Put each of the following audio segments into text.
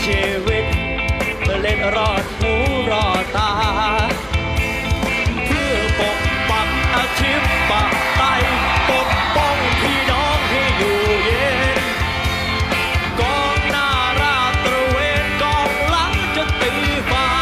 ชีวิตเพื่อเล่นรอดหูรอดตาเพื่อปกปักอาชีพปักไตปกป้องพี่น้องให้อยู่เย็นกองหน้าราตระเวนกองหลังจะตีฟ้า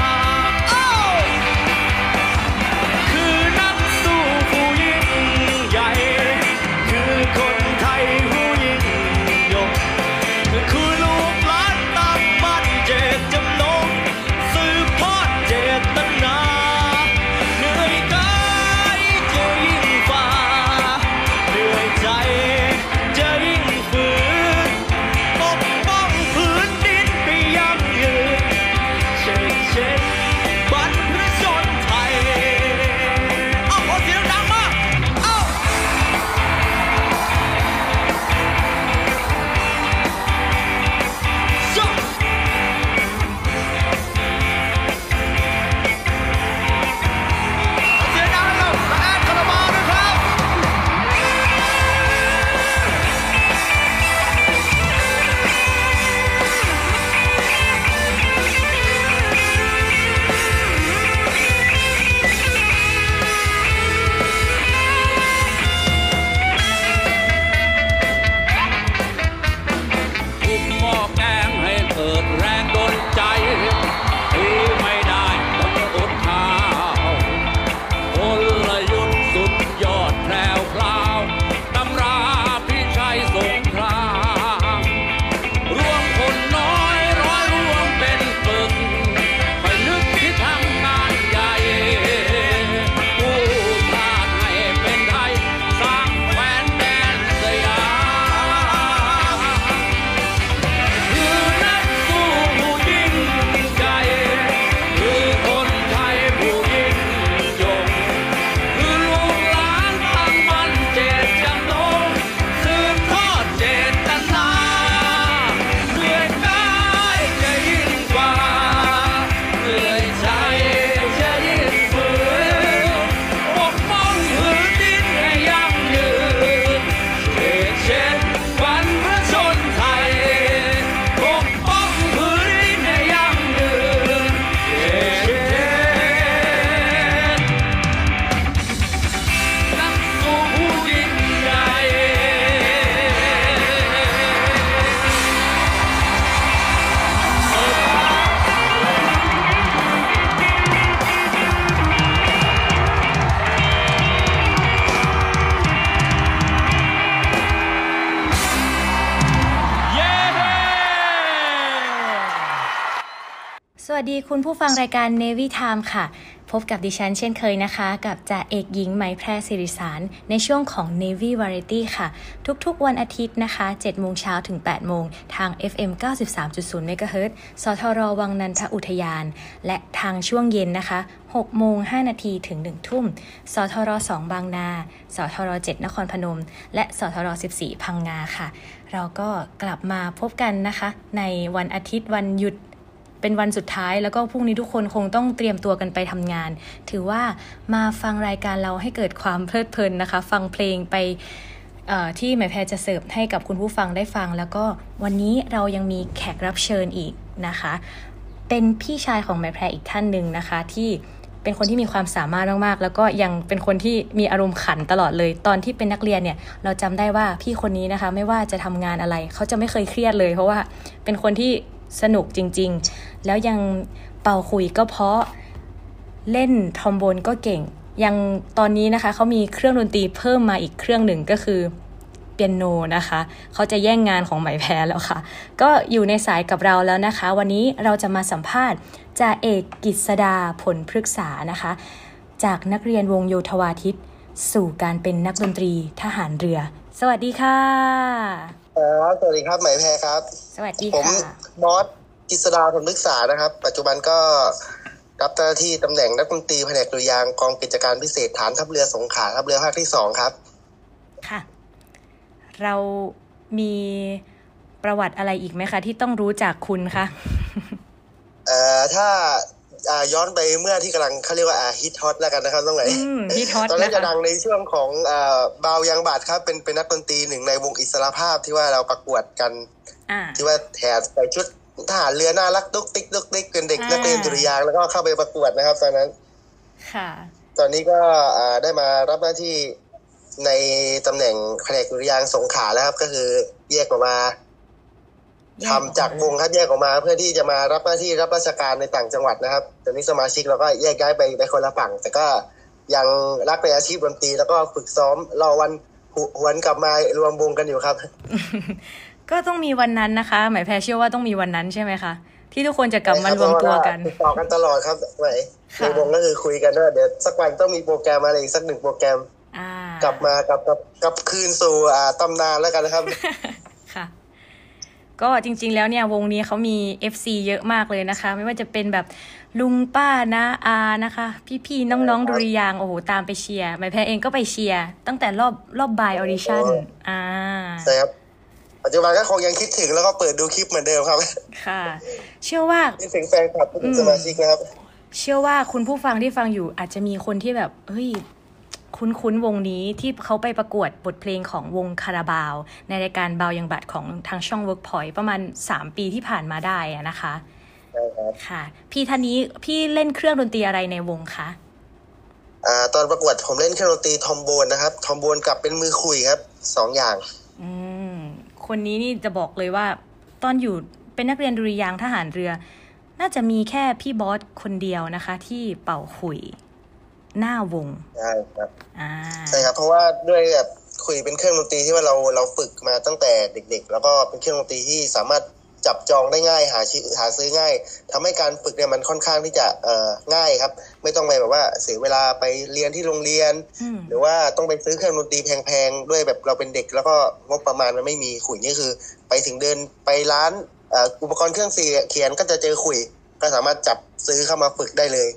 คือนักสู้ผู้ยิ่งใหญ่คือคนไทยผู้ยิ่งยงคือลูกหลานตั้งมั่นเจตจำนงสืบทอดเจตนาเหนื่อยกายจะยิ่งฝ่าเหนื่อยใจจะยิ่งฝืนปกป้องพื้นดินไปยั่งยืนเช็ดบรรพชนไทยเอาขอเสียงดังมาเอาเสียงดังแล้วมาแอดคาราบาวด้วยครับทุกหม้อแกงให้เกิดแรงดลใจที่ไม่ได้ต้องอดข้าวกลยุทธ์สุดยอดแพรวพราวตำราพิชัยสงครามรวมคนน้อยร้อยรวมเป็นปึกไปนึกที่ทำงานใหญ่ผู้ชาติให้เป็นไทยสร้างแคว้นแดนสยามคือนักสู้ผู้ยิ่งใหญ่คือคนไทยผู้ยิ่งยงคือลูกหลานตั้งมั่นเจตจำนงสืบทอดเจตนาเหนื่อยกายจะยิ่งกว่าเหนื่อยใจจะยิ่งฝืนปกป้องพื้นดินให้ยั่งยืนเช็ดบรรพชนไทยปกป้องพื้นดินให้ยั่งยืนเช็ดนักสู้ผู้ยิ่งใหญ่เย้สวัสดีคุณผู้ฟังรายการ Navy Time ค่ะ พบกับดิฉันเช่นเคยนะคะ กับจ่าเอกหญิงไหมแพรศิริสารในช่วงของ Navy Variety ค่ะ ทุกๆวันอาทิตย์นะคะ 7 โมงเช้าถึง 8 โมงทาง FM 93.0 MHz สทรวังนันทอุทยาน และทางช่วงเย็นนะคะ 6 โมง 5 นาทีถึง 1 ทุ่ม สทร2 บางนา สทร7 นครพนม และสทร14 พังงาค่ะ เราก็กลับมาพบกันนะคะ ในวันอาทิตย์วันหยุด เป็นวันสุดท้ายแล้วก็พรุ่งนี้ทุกคนคงต้องเตรียมตัวกันไปทำงานถือว่ามาฟังรายการเราให้เกิดความเพลิดเพลินนะคะฟังเพลงไปที่หมายแพรจะเสิร์ฟให้กับคุณผู้ฟังได้ฟังแล้วก็วันนี้เรายังมีแขกรับเชิญอีกนะคะเป็นพี่ชายของหมายแพรอีกท่านหนึ่งนะคะที่เป็นคนที่มีความสามารถมากๆแล้วก็ยังเป็นคนที่มีอารมณ์ขันตลอดเลยตอนที่เป็นนักเรียนเนี่ยเราจำได้ว่าพี่คนนี้นะคะไม่ว่าจะทำงานอะไรเขาจะไม่เคยเครียดเลยเพราะว่าเป็นคนที่สนุกจริงๆแล้วยังเป่าขลุ่ยก็เพราะเล่นทรอมโบนก็เก่งยังตอนนี้นะคะเขามีเครื่องดนตรีเพิ่มมาอีกเครื่องหนึ่งก็คือเปียโนนะคะเขาจะแย่งงานของไหมแพรแล้วค่ะก็อยู่ในสายกับเราแล้วนะคะวันนี้เราจะมาสัมภาษณ์จ่าเอกกฤษดาผลพฤกษานะคะจากนักเรียนวงโยธวาทิตสู่การเป็นนักดนตรีทหารเรือสวัสดีค่ะสวัสดีครับไหมแพรครับสวัสดีผมค่ะบอสกฤษดาผลพฤกษานะครับปัจจุบันก็รับหน้าที่ตำแหน่งนักดนตรีแผนกดุริยางค์กองกิจการพิเศษฐานทัพเรือสงขลาทัพเรือภาคที่2ครับค่ะเรามีประวัติอะไรอีกไหมคะที่ต้องรู้จากคุณคะถ้าย้อนไปเมื่อที่กำลังเขาเรียกว่าฮิตฮอตแล้วกันนะครับต้องไหนฮิตฮอตตอนนั้นจะดังในช่วงของบาวยังบาดครับเป็นนักดนตรีหนึ่งในวงอิสรภาพที่ว่าเราประกวดกันที่ว่าแถไปชุดทหารเรือน่ารักตุ๊กติ๊กตุ๊กติ๊กเป็นเด็กนักเรียนดุริยางค์แล้วก็เข้าไปประกวดนะครับตอนนั้นค่ะตอนนี้ก็ได้มารับหน้าที่ในตำแหน่งแผนกดุริยางค์สงขลาแล้วครับก็คือแยกออกมาทำจากวงครับแยกออกมาเพื่อที่จะมารับหน้าที่รับราชการในต่างจังหวัดนะครับตอนนี้สมาชิกเราก็แยกย้ายไปคนละฝั่งแต่ก็ยังรักในอาชีพดนตรีแล้วก็ฝึกซ้อมรอวันหวนกลับมารวมวงกันอยู่ครับก็ต้องมีวันนั้นนะคะหมายแพรเชื่อว่าต้องมีวันนั้นใช่ไหมคะที่ทุกคนจะกลับมารวมตัวกันติดต่อกันตลอดครับในวงก็คือคุยกันว่าเดี๋ยวสักวันต้องมีโปรแกรมอะไรอีกสักหนึ่งโปรแกรมกลับมากลับคืนสู่ตำนานแล้วกันนะครับค่ะก็จริงๆแล้วเนี่ยวงนี้เขามี FC เยอะมากเลยนะคะไม่ว่าจะเป็นแบบลุงป้านะอานะคะพี่ๆน้องๆดุริยางค์โอ้โหตามไปเชียร์หมายแพรเองก็ไปเชียร์ตั้งแต่รอบบายออดิชั่นใช่ครับปัจจุบันก็คงยังคิดถึงแล้วก็เปิดดูคลิปเหมือนเดิมครับค่ะเชื่อว่าเป็นเสียงแฟนคลับสมาชิกนะครับเชื่อว่าคุณผู้ฟังที่ฟังอยู่อาจจะมีคนที่แบบเฮ้ยคุ้นวงนี้ที่เขาไปประกวดบทเพลงของวงคาราบาวในรายการบาวยังบัตรของทางช่อง Workpoint ประมาณ3 ปีที่ผ่านมาได้นะคะใช่ครับค่ะพี่ท่านนี้พี่เล่นเครื่องดนตรีอะไรในวงคะตอนประกวดผมเล่นเครื่องดนตรีทอมโบนนะครับทอมโบนกับเป็นมือคุยครับ2 อย่างคนนี้นี่จะบอกเลยว่าตอนอยู่เป็นนักเรียนดุริยางค์ทหารเรือน่าจะมีแค่พี่บอสคนเดียวนะคะที่เป่าขลุ่ยหน้าวงใช่ครับใช่ครับเพราะว่าด้วยแบบขลุ่ยเป็นเครื่องดนตรีที่ว่าเราฝึกมาตั้งแต่เด็กๆแล้วก็เป็นเครื่องดนตรีที่สามารถจับจองได้ง่ายหาซื้อง่ายทำให้การฝึกเนี่ยมันค่อนข้างที่จะง่ายครับไม่ต้องไปแบบว่าเสียเวลาไปเรียนที่โรงเรียนหรือว่าต้องไปซื้อเครื่องดนตรีแพงๆด้วยแบบเราเป็นเด็กแล้วก็งบประมาณมันไม่มีขลุ่ยนี่คือไปถึงเดินไปร้านอุปกรณ์เครื่องเขียนก็จะเจอขลุ่ยก็สามารถจับซื้อเข้ามาฝึกได้เลย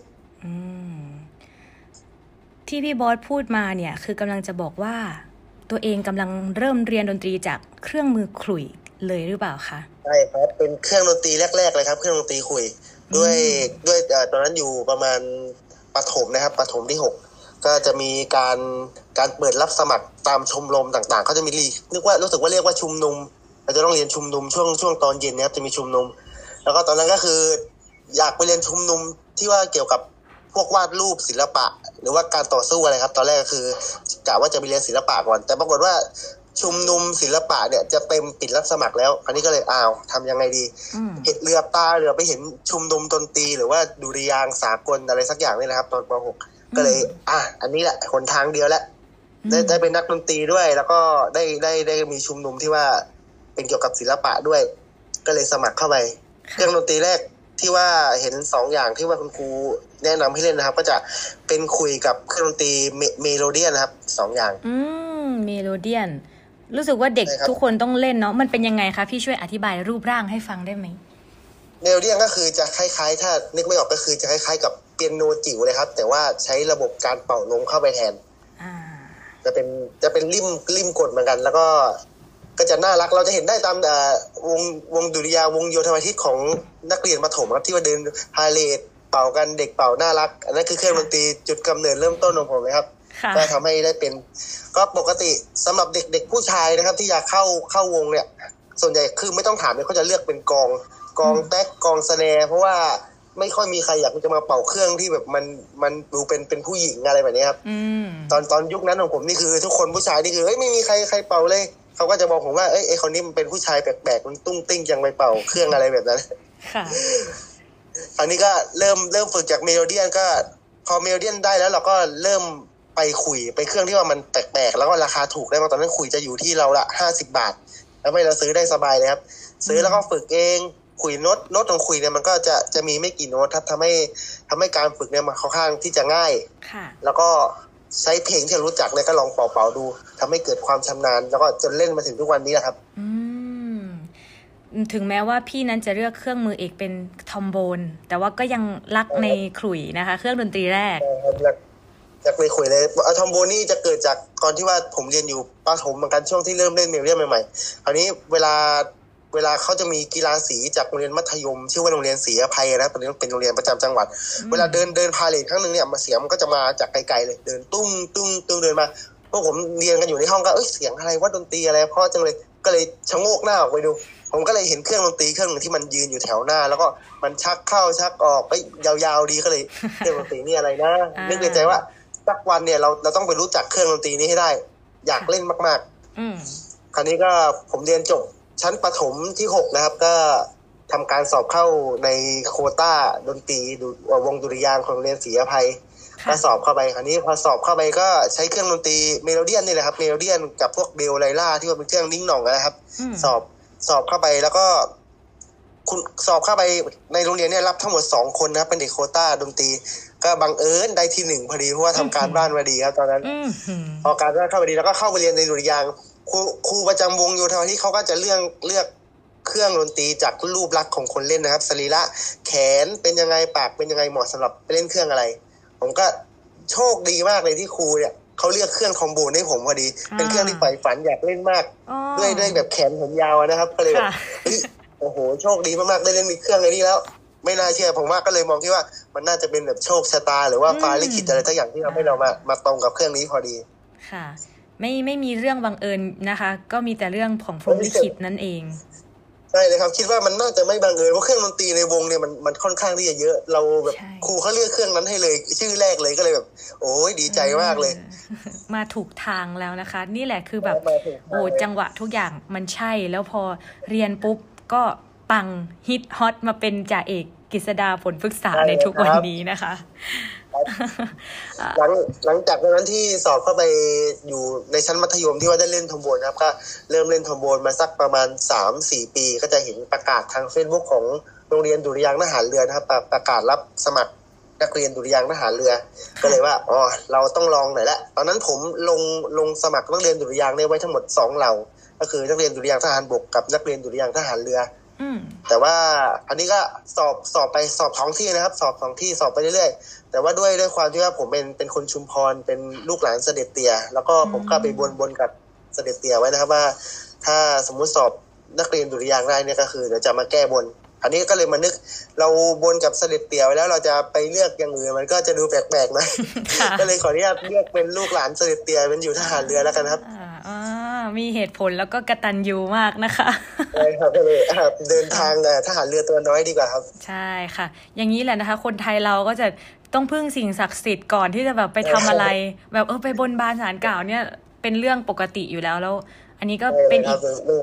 ที่พี่บอสพูดมาเนี่ยคือกำลังจะบอกว่าตัวเองกำลังเริ่มเรียนดนตรีจากเครื่องมือขลุ่ยเลยหรือเปล่าคะใช่ครับเป็นเครื่องดนตรีแรกๆเลยครับเครื่องดนตรีขลุ่ยด้วยตอนนั้นอยู่ประมาณประถมนะครับประถมที่6ก็จะมีการเปิดรับสมัครตามชมรมต่างๆเขาจะมีรู้สึกว่าเรียกว่าชุมนุมเราจะต้องเรียนชุมนุมช่วงตอนเย็นนะครับจะมีชุมนุมแล้วก็ตอนนั้นก็คืออยากไปเรียนชุมนุมที่ว่าเกี่ยวกับพวกวาดรูปศิลปะหรือว่าการต่อสู้อะไรครับตอนแรกก็คือกะว่าจะไปเรียนศิลปะก่อนแต่ปรากฏว่าชุมนุมศิลปะเนี่ยจะเต็มปิดรับสมัครแล้วอันนี้ก็เลยทำยังไงดีเรือไปเห็นชุมนุมดนตรีหรือว่าดุริยางค์สากลอะไรสักอย่างนี่นะครับตอนป .6 ก็เลยอันนี้แหละหนทางเดียวแล้วได้เป็นนักดนตรีด้วยแล้วก็ได้มีชุมนุมที่ว่าเป็นเกี่ยวกับศิลปะด้วยก็เลยสมัครเข้าไปเครื่องดนตรีแรกที่ว่าเห็น2 อย่างที่ว่าคุณครูแนะนำให้เล่นนะครับก็จะเป็นคุยกับเครื่องดนตรีเมโลเดียนนะครับ2 อย่างเมโลเดียนรู้สึกว่าเด็กทุกคนต้องเล่นเนาะมันเป็นยังไงคะพี่ช่วยอธิบายรูปร่างให้ฟังได้ไหมเมโลเดียนก็คือจะคล้ายๆถ้านึกไม่ออกก็คือจะคล้ายๆกับเปียโนจิ๋วเลยครับแต่ว่าใช้ระบบการเป่าลมเข้าไปแทนจะเป็นริมกดเหมือนกันแล้วก็จะน่ารักเราจะเห็นได้ตามวงดุริยางค์วงโยธวาทิตของนักเรียนประถมครับที่ว่าเดินพาเลทเป่ากันเด็กเป่าน่ารักอันนั้นคือเครื่องดนตรีจุดกำเนิดเริ่มต้นของผมเลยครับก็ทำให้ได้เป็นก็ปกติสำหรับเด็กผู้ชายนะครับที่อยากเข้าวงเนี่ยส่วนใหญ่คือไม่ต้องถามเลยเขาจะเลือกเป็นกองแต๊กกองสแนร์เพราะว่าไม่ค่อยมีใครอยากจะมาเป่าเครื่องที่แบบมันดูเป็นผู้หญิงอะไรแบบนี้ครับตอนยุคนั้นของผมนี่คือทุกคนผู้ชายนี่คือไม่มีใครเป่าเลยเขาก็จะบอกผมว่าไอ้คนนี้มันเป็นผู้ชายแปลกๆมันตุ้งติ้งยังไปเป่าเครื่องอะไรแบบนั้นค่ะคราวนี้ก็เริ่มฝึกจากเมโลเดียนก็พอเมโลเดียนได้แล้วเราก็เริ่มไปคุยไปเครื่องที่ว่ามันแปลกๆแล้วก็ราคาถูกได้มาตอนนั้นคุยจะอยู่ที่เราละ50 บาทแล้วไม่เราซื้อได้สบายเลยครับซื้อแล้วก็ฝึกเองคุยโน้ตของคุยเนี่ยมันก็จะมีไม่กี่โน้ตครับทำให้การฝึกเนี่ยมันค่อนข้างที่จะง่ายแล้วก็ใช้เพลงที่รู้จักเนี่ยก็ลองเป่าๆดูทำให้เกิดความชำนาญแล้วก็จนเล่นมาถึงทุกวันนี้แหละครับถึงแม้ว่าพี่นั้นจะเลือกเครื่องมือเอกเป็นทอมโบนแต่ว่าก็ยังรักในขลุ่ยนะคะเครื่องดนตรีแรกอยากไปคุยเลยทอมโบนนี่จะเกิดจากตอนที่ว่าผมเรียนอยู่ประถมเหมือนกันช่วงที่เริ่มเล่นเมโลเดียนใหม่ๆคราวนี้เวลาเขาจะมีกีฬาสีจากโรงเรียนมัธยมชื่อว่าโรงเรียนศรีอภัยนะตอนนี้เป็นโรงเรียนประจำจังหวัดเวลาเดินพาเลทครั้งนึงเนี่ยเสียงมันก็จะมาจากไกลๆเลยเดินตุ้งเดินมาพวกผมเรียนกันอยู่ในห้องก็เสียงอะไรว่าดนตรีอะไรเพราะจังเลยก็เลยชะโงกหน้าออกไปดูผมก็เลยเห็นเครื่องดนตรีเครื่องหนึ่งที่มันยืนอยู่แถวหน้า แล้วก็มันชักเข้าชักออกก็ยาวๆดีก็เลย เครื่องดนตรีนี่อะไรนะนึกในใจว่าสักวันเนี่ยเราต้องไปรู้จักเครื่องดนตรีนี้ให้ได้อยากเล่นมากๆคราวนี้ก็ผมเรียนจบชั้นประถมที่6นะครับก็ทำการสอบเข้าในโควต้าดนตรีวงดุริยางค์ของโรงเรียนศรีอภัยก็สอบเข้าไปคราวนี้พอสอบเข้าไปก็ใช้เครื่องดนตรีเมโลเดียนนี่แหละครับเมโลเดียนกับพวกเบลไลล่าที่ว่าเป็นเครื่องนิ้งหน่องนะครับสอบเข้าไปแล้วก็คุณสอบเข้าไปในโรงเรียนเนี่ยรับทั้งหมด2 คนนะครับเป็นเด็กโควต้าดนตรีก็บังเอิญได้ที่1พอดีเพราะว่าทำการบ้านมาดีครับตอนนั้นพอการบ้านเข้าไปดีแล้วก็เข้าไปเรียนในดุริยางค์ครูประจำวงโยธาที่เขาก็จะเลือกเครื่องดนตรีจากรูปลักษณ์ของคนเล่นนะครับสรีระแขนเป็นยังไงปากเป็นยังไงเหมาะสำหรับไปเล่นเครื่องอะไรผมก็โชคดีมากเลยที่ครูเนี่ยเขาเลือกเครื่องทอมโบนให้ผมพอดีเป็นเครื่องที่ใฝ่ฝันอยากเล่นมากด้วยแบบแขนผมยาวนะครับก็เลยแบบโอ้โหโชคดีมากๆได้เล่นมีเครื่องอะไรนี้แล้วไม่น่าเชื่อผมว่าก็เลยมองที่ว่ามันน่าจะเป็นแบบโชคชะตาหรือว่าฟ้าลิขิตอะไรทั้งอย่างที่ทำให้เรามาตรงกับเครื่องนี้พอดีค่ะไม่มีเรื่องบังเอิญนะคะก็มีแต่เรื่องของพรหมลิขิตนั่นเองใช่เลยครับคิดว่ามันน่าจะไม่บังเอิญเพราะเครื่องดนตรีในวงเนี่ยมันค่อนข้างที่จะเยอะเราแบบครูเขาเลือกเครื่องนั้นให้เลยชื่อแรกเลยก็เลยแบบโอ้ยดีใจมากเลยมาถูกทางแล้วนะคะนี่แหละคือแบบโอ้จังหวะทุกอย่างมันใช่แล้วพอเรียนปุ๊บก็ปังฮิตฮอตมาเป็นจ่าเอกกฤษดาผลพฤกษาในทุกวันนี้นะคะหลังจากนั้นที่สอบเข้าไปอยู่ในชั้นมัธยมที่ว่าได้เล่นทอมโบนครับก็เริ่มเล่นทอมโบนมาสักประมาณ 3-4 ปีก็จะเห็นประกาศทาง Facebook ของโรงเรียนดุริยางค์ทหารเรือนะครับประกาศรับสมัครนักเรียนดุริยางค์ทหารเรือก็เลยว่าอ๋อเราต้องลองหน่อยละตอนนั้นผมลงสมัครนักเรียนดุริยางค์ไว้ทั้งหมด2เหล่าก็คือนักเรียนดุริยางค์ทหารบกกับนักเรียนดุริยางค์ทหารเรือแต่ว่าอันนี้ก็สอบไปสอบท้องที่นะครับสอบท้องที่สอบไปเรื่อยๆแต่ว่าด้วยความที่ว่าผมเป็นคนชุมพรเป็นลูกหลานเสด็จเตี่ยแล้วก็ผมก็ไปบนกับเสด็จเตี่ยไว้นะครับว่าถ้าสมมุติสอบนักเรียนดุริยางค์ได้เนี่ยก็คือเดี๋ยวจะมาแก้บนอันนี้ก็เลยมานึกเราบนกับเสด็จเตี่ยไว้แล้วเราจะไปเลือกอย่างอื่นมันก็จะดูแปลกๆนะก็เลยขออนุญาตเลือกเป็นลูกหลานเสด็จเตี่ยเป็นอยู่ทหารเรือแล้วกันครับมีเหตุผลแล้วก็กตัญญูมากนะคะใช่ครับก็เลยเดินทางทหารเรือตัวน้อยดีกว่าครับใช่ค่ะอย่างนี้แหละนะคะคนไทยเราก็จะต้องพึ่งสิ่งศักดิ์สิทธิ์ก่อนที่จะแบบไปทำอะไรแบบไปบนบานศาลกล่าวเนี่ยเป็นเรื่องปกติอยู่แล้วอันนี้ก็เป็นอีก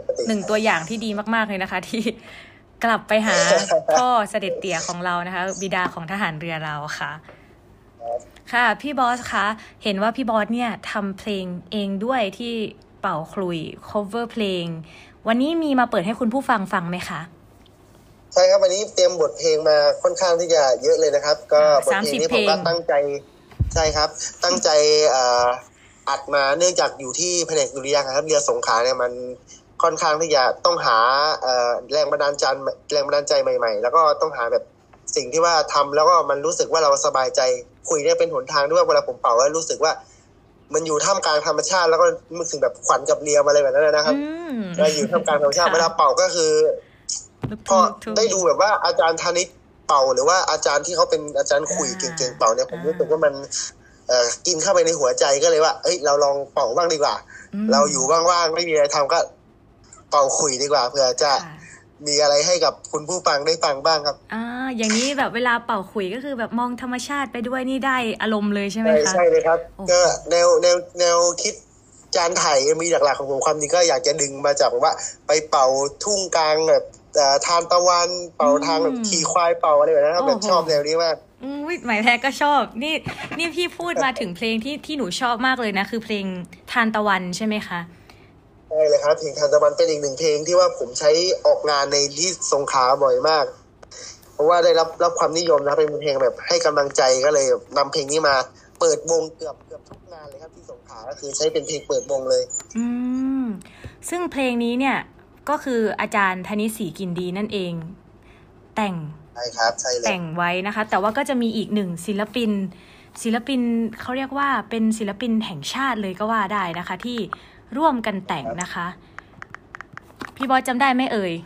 1ตัวอย่างที่ดีมากๆเลยนะคะที่กลับไปหาพ่อเสด็จเตี่ยของเรานะคะบิดาของทหารเรือเราค่ะค่ะพี่บอสคะเห็นว่าพี่บอสเนี่ยทำเพลงเองด้วยที่เป่าขลุ่ย cover เพลงวันนี้มีมาเปิดให้คุณผู้ฟังฟังไหมคะใช่ครับวันนี้เตรียมบทเพลงมาค่อนข้างที่จะเยอะเลยนะครับก็บทเพลงนี้ผมก็ตั้งใจใช่ครับตั้งใจอัดมาเนื่องจากอยู่ที่แผนกดุริยางค์ครับเรือสงขลาเนี่ยมันค่อนข้างที่จะต้องหาแรงบันดาลใจใหม่ๆแล้วก็ต้องหาแบบสิ่งที่ว่าทำแล้วก็มันรู้สึกว่าเราสบายใจคุยเนี่ยเป็นหนทางด้วยว่าเวลาผมเป่าแล้วรู้สึกว่ามันอยู่ท่ามกลางธรรมชาติแล้วก็รู้สึกแบบขวัญกับเรียวอะไรแบบนั้นนะครับก็อยู่ท่ามกลางธรรมชาติเวลาเป่าก็คือพอได้ดูแบบว่าอาจารย์ธนิตเป่าหรือว่าอาจารย์ที่เขาเป็นอาจารย์คุยเก่งๆเป่าเนี่ยผมรู้สึกว่ามันกินเข้าไปในหัวใจก็เลยว่าเอ้ยเราลองเป่าบ้างดีกว่าเราอยู่ว่างๆไม่มีอะไรทำก็เป่าคุยดีกว่าเพื่อจะมีอะไรให้กับคุณผู้ฟังได้ฟังบ้างครับอย่างนี้แบบเวลาเป่าขลุ่ยก็คือแบบมองธรรมชาติไปด้วยนี่ได้อารมณ์เลยใช่ไหมคะใช่เลยครับก็แนวคิดจานถ่ายมีหลักๆของผมความจริงก็อยากจะดึงมาจากว่าไปเป่าทุ่งกลางแบบทานตะวันเป่าทางแบบขี่ควายเป่าอะไรแบบนั้นครับแบบชอบแนวนี้มากหมายแพ้ก็ชอบนี่พี่พูดมาถึงเพลงที่หนูชอบมากเลยนะคือเพลงทานตะวันใช่ไหมคะใช่เลยครับเพลงทานตะวันเป็นอีก1เพลงที่ว่าผมใช้ออกงานในที่สงขลาบ่อยมากเพราะว่าได้รับความนิยมนะเป็นเพลงแบบให้กำลังใจก็เลยนำเพลงนี้มาเปิดวงเกือบทุกงานเลยครับที่สงขลาก็คือใช้เป็นเพลงเปิดวงเลยซึ่งเพลงนี้เนี่ยก็คืออาจารย์ธนิต ศรีกินดีนั่นเองแต่งใช่ครับใช่เลยแต่งไว้นะคะแต่ว่าก็จะมีอีก1ศิลปินเขาเรียกว่าเป็นศิลปินแห่งชาติเลยก็ว่าได้นะคะที่ร่วมกันแต่งนะคะพี่บอสจำได้ไหมเอ่ย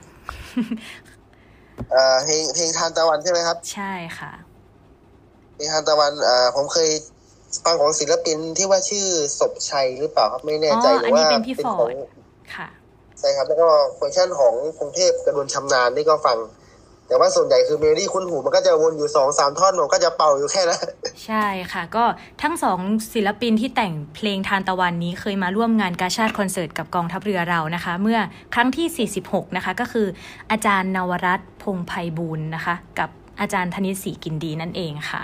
เพลงทานตะวันใช่ไหมครับใช่ค่ะเพลงทานตะวันผมเคยฟังของศิลปินที่ว่าชื่อศพชัยหรือเปล่าครับไม่แน่ใจหรือว่าเป็นพี่ฟอร์ดค่ะใช่ครับแล้วก็เวอร์ชันของพงเทพกระดวนชำนาญนี่ก็ฟังแต่ว่าส่วนใหญ่คือเมโลดี้คุ้นหูมันก็จะวนอยู่2-3 ท่อนผมก็จะเป่าอยู่แค่นั้นใช่ค่ะก็ทั้งสองศิลปินที่แต่งเพลงทานตะวันนี้เคยมาร่วมงานกาชาดคอนเสิร์ตกับกองทัพเรือเรานะคะเมื่อครั้งที่46นะคะก็คืออาจารย์นวรัตน์พงษ์ไพบูลย์นะคะกับอาจารย์ธนิตศรีกินดีนั่นเองค่ะ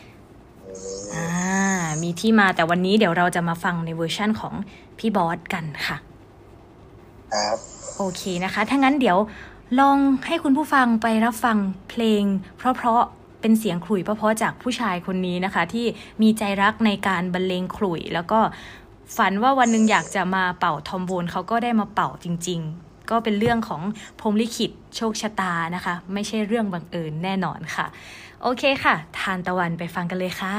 มีที่มาแต่วันนี้เดี๋ยวเราจะมาฟังในเวอร์ชั่นของพี่บอสกันค่ะครับโอเคนะคะถ้างั้นเดี๋ยวลองให้คุณผู้ฟังไปรับฟังเพลงเพราะๆเป็นเสียงขลุ่ยเพราะๆจากผู้ชายคนนี้นะคะที่มีใจรักในการบรรเลงขลุ่ยแล้วก็ฝันว่าวันหนึ่งอยากจะมาเป่าทอมโบนเขาก็ได้มาเป่าจริงๆก็เป็นเรื่องของพรหมลิขิตโชคชะตานะคะไม่ใช่เรื่องบังเอิญแน่นอนค่ะโอเคค่ะทานตะวันไปฟังกันเลยค่ะ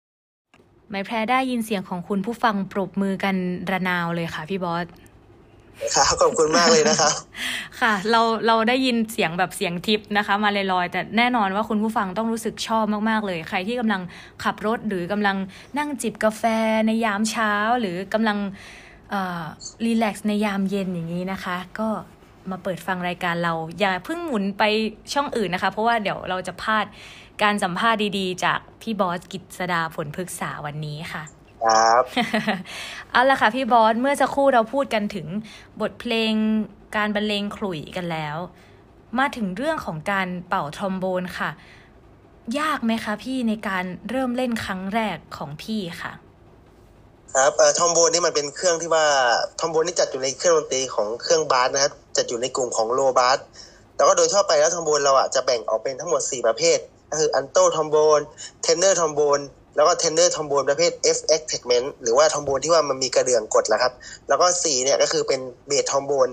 ไม่แพ้ได้ยินเสียงของคุณผู้ฟังปรบมือกันระนาวเลยค่ะพี่บอสครับขอบคุณมากเลยนะครับค่ะเราได้ยินเสียงแบบเสียงทิปนะคะมาลอยๆแต่แน่นอนว่าคุณผู้ฟังต้องรู้สึกชอบมากๆเลยใครที่กำลังขับรถหรือกำลังนั่งจิบกาแฟในยามเช้าหรือกำลังรีแลกซ์ในยามเย็นอย่างนี้นะคะก็มาเปิดฟังรายการเราอย่าเพิ่งหมุนไปช่องอื่นนะคะเพราะว่าเดี๋ยวเราจะพลาดการสัมภาษณ์ดีๆจากพี่บอสกฤษดาผลพฤกษาวันนี้ค่ะครับเอาล่ะค่ะพี่บอสเมื่อสักครู่เราพูดกันถึงบทเพลงการบรรเลงขลุ่ยกันแล้วมาถึงเรื่องของการเป่าทรอมโบนค่ะยากไหมคะพี่ในการเริ่มเล่นครั้งแรกของพี่ค่ะครับทอมโบนนี่มันเป็นเครื่องที่ว่าทอมโบนนี่จัดอยู่ในเครื่องดนตรีของเครื่องบาสนะครับจัดอยู่ในกลุ่มของโลบาสแล้วก็โดยทั่วไปแล้วทอมโบนเราจะแบ่งออกเป็นทั้งหมด4ประเภทก็คืออัลโตทอมโบนเทนเนอร์ทอมโบนแล้วก็เทนเนอร์ทอมโบนประเภท FX segment หรือว่าทอมโบนที่ว่ามันมีกระเดื่องกดแล้วครับแล้วก็4เนี่ยก็คือเป็นเบสทอมโบน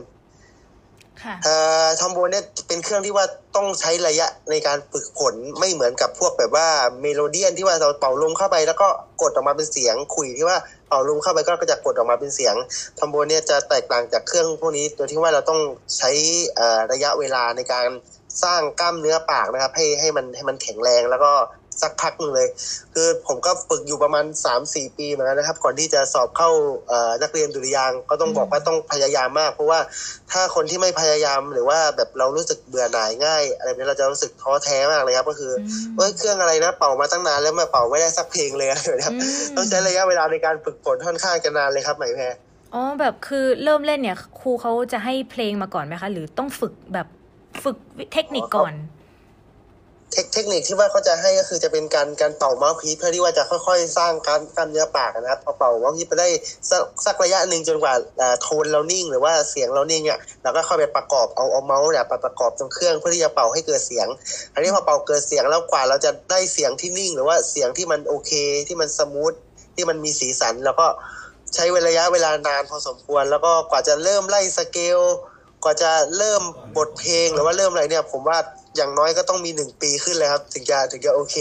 ทอมโบนเนี่ยเป็นเครื่องที่ว่าต้องใช้ระยะในการฝึกฝนไม่เหมือนกับพวกแบบว่าเมโลเดียนที่ว่าเราเป่าลมเข้าไปแล้วก็กดออกมาเป็นเสียงขุยที่ว่าเป่าลมเข้าไปก็จะกดออกมาเป็นเสียงทอมโบนเนี่ยจะแตกต่างจากเครื่องพวกนี้โดยที่ว่าเราต้องใช้ระยะเวลาในการสร้างกล้ามเนื้อปากนะครับให้มันแข็งแรงแล้วก็สักพักนึงเลยคือผมก็ฝึกอยู่ประมาณ 3-4 ปีเหมือนกันนะครับก่อนที่จะสอบเข้านักเรียนดุริยางค์ก็ต้องบอกว่าต้องพยายามมากเพราะว่าถ้าคนที่ไม่พยายามหรือว่าแบบเรารู้สึกเบื่อหน่ายง่ายอะไรแบบนี้เราจะรู้สึกท้อแท้มากเลยครับก็คือเครื่องอะไรนะเป่ามาตั้งนานแล้วมาเป่าไม่ได้สักเพลงเลยนะครับต้องใช้ระยะเวลาในการฝึกฝนค่อนข้างจะนานเลยครับไหมแพรอ๋อแบบคือเริ่มเล่นเนี่ยครูเขาจะให้เพลงมาก่อนไหมคะหรือต้องฝึกแบบฝึกเทคนิคก่อนเทคนิคที่ว่าเขาจะให้ก็คือจะเป็นการเป่าเมาส์พีซเพื่อที่ว่าจะค่อยๆสร้างกล้ามเนื้อปากนะครับพอเป่าเมาส์พีซไปได้สักระยะหนึ่งจนกว่าโทนเรานิ่งหรือว่าเสียงเรานิ่งเนี่ยเราก็เข้าไปประกอบเอาเมาส์เนี่ยประกอบตรงเครื่องเพื่อที่จะเป่าให้เกิดเสียงอันนี้พอเป่าเกิดเสียงแล้วกว่าเราจะได้เสียงที่นิ่งหรือว่าเสียงที่มันโอเคที่มันสมูทที่มันมีสีสันแล้วก็ใช้ระยะเวลานานพอสมควรแล้วก็กว่าจะเริ่มไล่สเกลกว่าจะเริ่มบทเพลงหรือว่าเริ่มอะไรเนี่ยผมว่าอย่างน้อยก็ต้องมี1 ปีขึ้นเลยครับถึงจะโอเค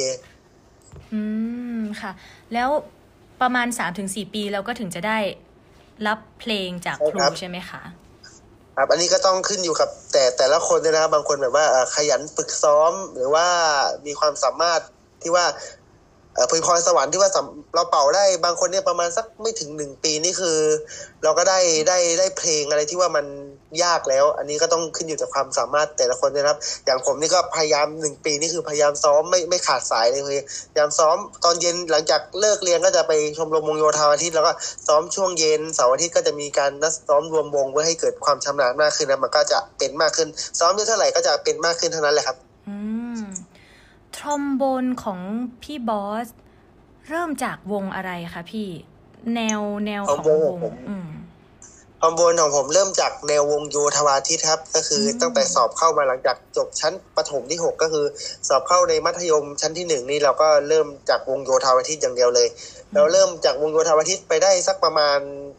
ค่ะแล้วประมาณ 3-4 ปีเราก็ถึงจะได้รับเพลงจากครูใช่ไหมคะครับอันนี้ก็ต้องขึ้นอยู่กับแต่ละคนนะครับบางคนแบบว่าขยันฝึกซ้อมหรือว่ามีความสามารถที่ว่าพรสวรรค์ที่ว่าเราเป่าได้บางคนเนี่ยประมาณสักไม่ถึง1 ปีนี่คือเราก็ได้เพลงอะไรที่ว่ามันยากแล้วอันนี้ก็ต้องขึ้นอยู่กับความสามารถแต่ละคนนะครับอย่างผมนี่ก็พยายาม1 ปีนี่คือพยายามซ้อมไม่ขาดสายเลยพยายามซ้อมตอนเย็นหลังจากเลิกเรียนก็จะไปชมรมวงโยธาอาทิตย์แล้วก็ซ้อมช่วงเย็นเสาร์อาทิตย์ก็จะมีการนัดซ้อมรวมวงเพื่อให้เกิดความชำนาญมากขึ้นนะมันก็จะเป็นมากขึ้นซ้อมเท่าไหร่ก็จะเป็นมากขึ้นเท่านั้นแหละครับทรอมโบนของพี่บอสเริ่มจากวงอะไรคะพี่แนวของวงทรอมโบนของผมเริ่มจากแนววงโยธวาทิตครับก็คือตั้งแต่สอบเข้ามาหลังจากจบชั้นประถมที่6ก็คือสอบเข้าในมัธยมชั้นที่1นี่เราก็เริ่มจากวงโยธวาทิตอย่างเดียวเลยเราเริ่มจากวงโยธวาทิตไปได้สักประมาณ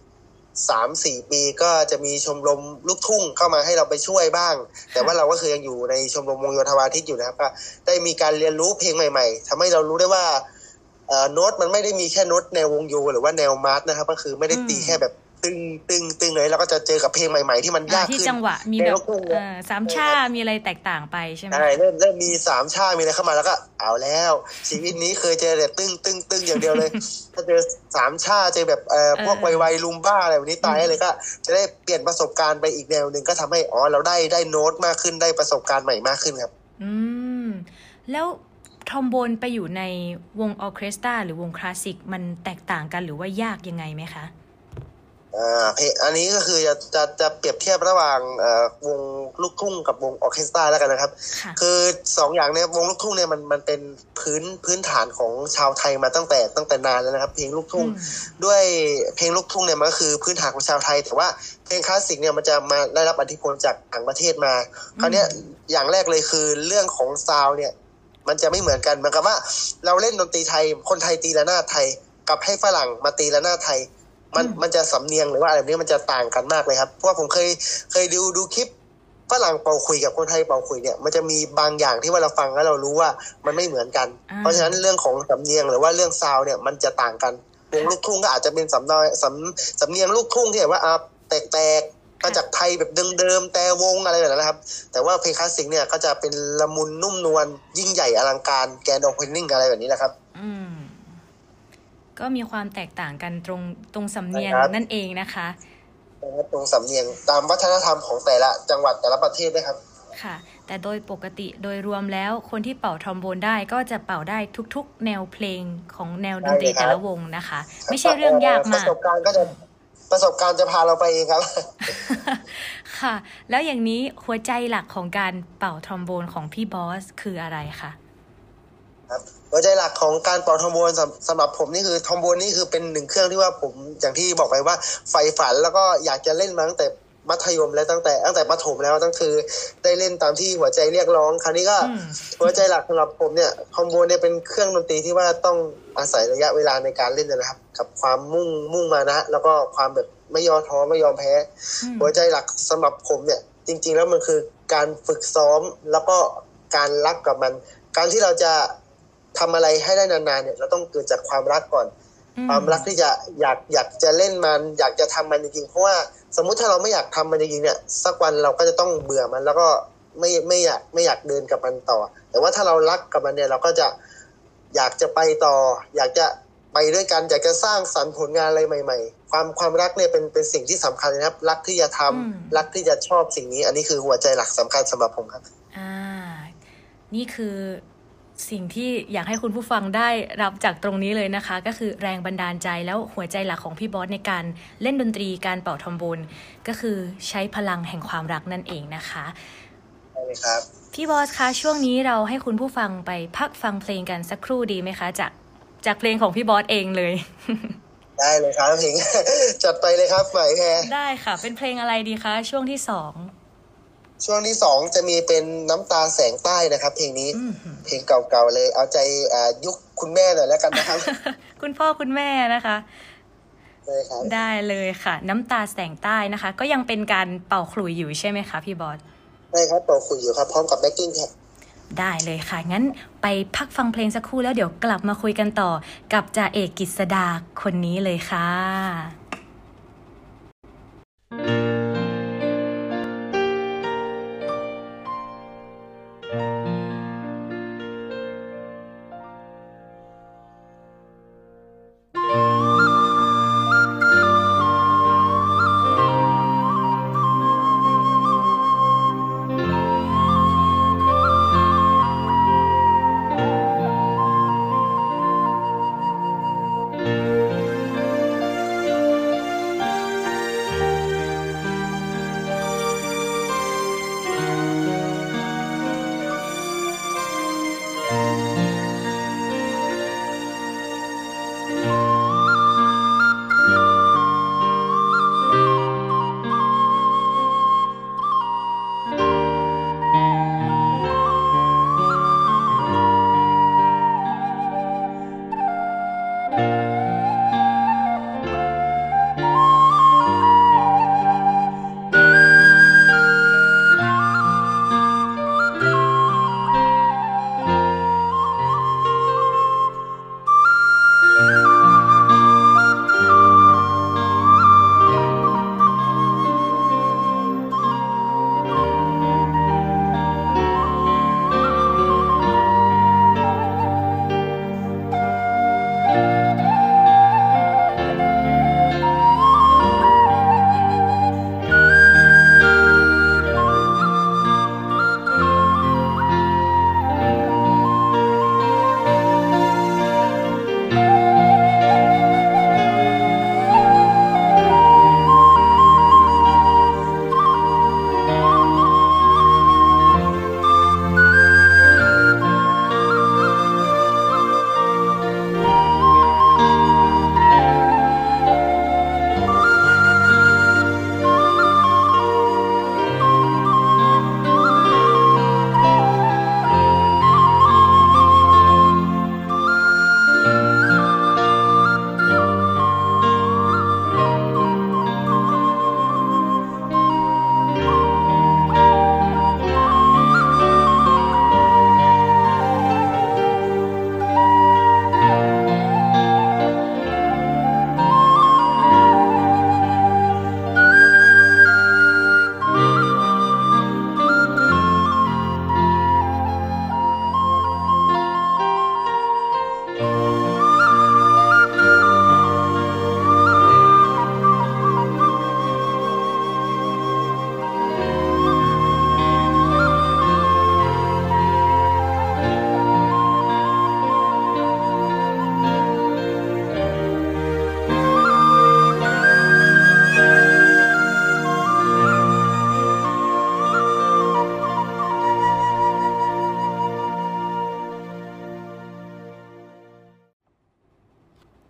3-4 ปีก็จะมีชมรมลูกทุ่งเข้ามาให้เราไปช่วยบ้างแต่ว่าเราก็คือยังอยู่ในชมรมวงโยธวาทิตอยู่นะครับก็ได้มีการเรียนรู้เพลงใหม่ๆทำให้เรารู้ได้ว่าโน้ตมันไม่ได้มีแค่โน้ตแนววงโยหรือว่าแนวมาร์ชนะครับก็คือไม่ได้ตีแค่แบบตึงเลยแล้วก็จะเจอกับเพลงใหม่ๆที่มันยากขึ้นที่จังหวะมีแบบ3 ช่ามีอะไรแตกต่างไปใช่ไหมใช่เริ่มมี3 ช่ามีอะไรเข้ามาแล้วก็เอาแล้วชีวิตนี้เคยเจอแต่ตึงอย่างเดียวเลยถ้าเจอ3 ช่าเจอแบบพวกไวๆลุมบ้าอะไรแบบนี้ตายเลยก็จะได้เปลี่ยนประสบการณ์ไปอีกแนวนึงก็ทำให้เราได้โน้ตมากขึ้นได้ประสบการณ์ใหม่มากขึ้นครับแล้วทรอมโบนไปอยู่ในวงออร์เคสตราหรือวงคลาสสิกมันแตกต่างกันหรือว่ายากยังไงไหมคะอันนี้ก็คือจะเปรียบเทียบระหว่างวงลูกทุ่งกับวงออร์เคสตราแล้วกันนะครับคือ2 อย่างเนี่ยวงลูกทุ่งเนี่ยมันเป็นพื้นฐานของชาวไทยมาตั้งแต่นานแล้วนะครับเพลงลูกทุ่งด้วยเพลงลูกทุ่งเนี่ยมันก็คือพื้นฐานของชาวไทยแต่ว่าเพลงคลาสสิกเนี่ยมันจะมาได้รับอิทธิพลจากต่างประเทศมาคราวนี้อย่างแรกเลยคือเรื่องของซาวด์เนี่ยมันจะไม่เหมือนกันเหมือนกับว่าเราเล่นดนตรีไทยคนไทยตีระนาดไทยกับให้ฝรั่งมาตีระนาดไทยมันจะสำเนียงหรือว่าอะไรนี้มันจะต่างกันมากเลยครับเพราะว่าผมเคยดูคลิปฝรั่งเป่าคุยกับคนไทยเป่าคุยเนี่ยมันจะมีบางอย่างที่ว่าเราฟังแล้วเรารู้ว่ามันไม่เหมือนกันเพราะฉะนั้นเรื่องของสำเนียงหรือว่าเรื่องซาวเนี่ยมันจะต่างกันวงลูกทุ่งก็อาจจะเป็นสำเนียงลูกทุ่งที่แบบว่าแตกมาจากไทยแบบเดิมๆแต่วงอะไรแบบนั้นนะครับแต่ว่าเพลงคลาสสิกเนี่ยก็จะเป็นละมุนนุ่มนวลยิ่งใหญ่อลังการแกรนด์โอเพนนิ่งอะไรแบบนี้นะครับก็มีความแตกต่างกันตรงสำเนียงนั่นเองนะคะตรงสำเนียงตามวัฒนธรรมของแต่ละจังหวัดแต่ละประเทศด้วยครับค่ะแต่โดยปกติโดยรวมแล้วคนที่เป่าทรอมโบนได้ก็จะเป่าได้ทุกๆแนวเพลงของแนวดนตรีแต่ละวงนะคะไม่ใช่เรื่องยากมากประสบการณ์จะพาเราไปเองครับค่ะแล้วอย่างนี้หัวใจหลักของการเป่าทรอมโบนของพี่บอสคืออะไรคะหัวใจหลักของการเป่าทรอมโบนสำหรับผมนี่คือทรอมโบนนี่คือเป็นหนึ่งเครื่องที่ว่าผมอย่างที่บอกไปว่าใฝ่ฝันแล้วก็อยากจะเล่นมาตั้งแต่มัธยมและตั้งแต่ประถมแล้วคือได้เล่นตามที่หัวใจเรียกร้องคราวนี้ก็หัวใจหลักสำหรับผมเนี่ยทรอมโบนเนี่ยเป็นเครื่องดนตรีที่ว่าต้องอาศัยระยะเวลาในการเล่นนะครับกับความมุ่งมานะแล้วก็ความแบบไม่ย่อท้อไม่ยอมแพ้หัวใจหลักสำหรับผมเนี่ยจริงๆแล้วมันคือการฝึกซ้อมแล้วก็การรักกับมันการที่เราจะทำอะไรให้ได้นานๆเนี่ยเราต้องเกิดจากความรักก่อนความรักที่จะอยากจะเล่นมันอยากจะทำมันจริงๆเพราะว่าสมมุติถ้าเราไม่อยากทำมันจริงๆเนี่ยสักวันเราก็จะต้องเบื่อมันแล้วก็ไม่อยากเดินกับมันต่อแต่ว่าถ้าเรารักกับมันเนี่ยเราก็จะอยากจะไปต่ออยากจะไปด้วยกันอยากจะสร้างสรรค์ผลงานอะไรใหม่ๆความรักเนี่ยเป็นสิ่งที่สำคัญนะครับรักที่จะทำรักที่จะชอบสิ่งนี้อันนี้คือหัวใจหลักสำคัญสำหรับผมครับนี่คือสิ่งที่อยากให้คุณผู้ฟังได้รับจากตรงนี้เลยนะคะก็คือแรงบันดาลใจแล้วหัวใจหลักของพี่บอสในการเล่นดนตรีการเป่าทรอมโบนก็คือใช้พลังแห่งความรักนั่นเองนะคะใช่ครับพี่บอสคะช่วงนี้เราให้คุณผู้ฟังไปพักฟังเพลงกันสักครู่ดีไหมคะจากเพลงของพี่บอสเองเลยได้เลยครับเพลงจัดไปเลยครับไหมแพรได้ค่ะเป็นเพลงอะไรดีคะช่วงที่2 ช่วงที่2จะมีเป็นน้ำตาแสงใต้นะครับเพลงนี้เพลงเก่าๆเลยเอาใจยุคคุณแม่หน่อยแล้วกันนะครับคุณพ่อคุณแม่นะคะได้เลยค่ะน้ำตาแสงใต้นะคะก็ยังเป็นการเป่าขลุ่ยอยู่ใช่ไหมคะพี่บอสใช่ครับเป่าขลุ่ยอยู่ครับพร้อมกับแบ็คกิ้งครับได้เลยค่ะงั้นไปพักฟังเพลงสักครู่แล้วเดี๋ยวกลับมาคุยกันต่อกับจ่าเอกกฤษดาคนนี้เลยค่ะ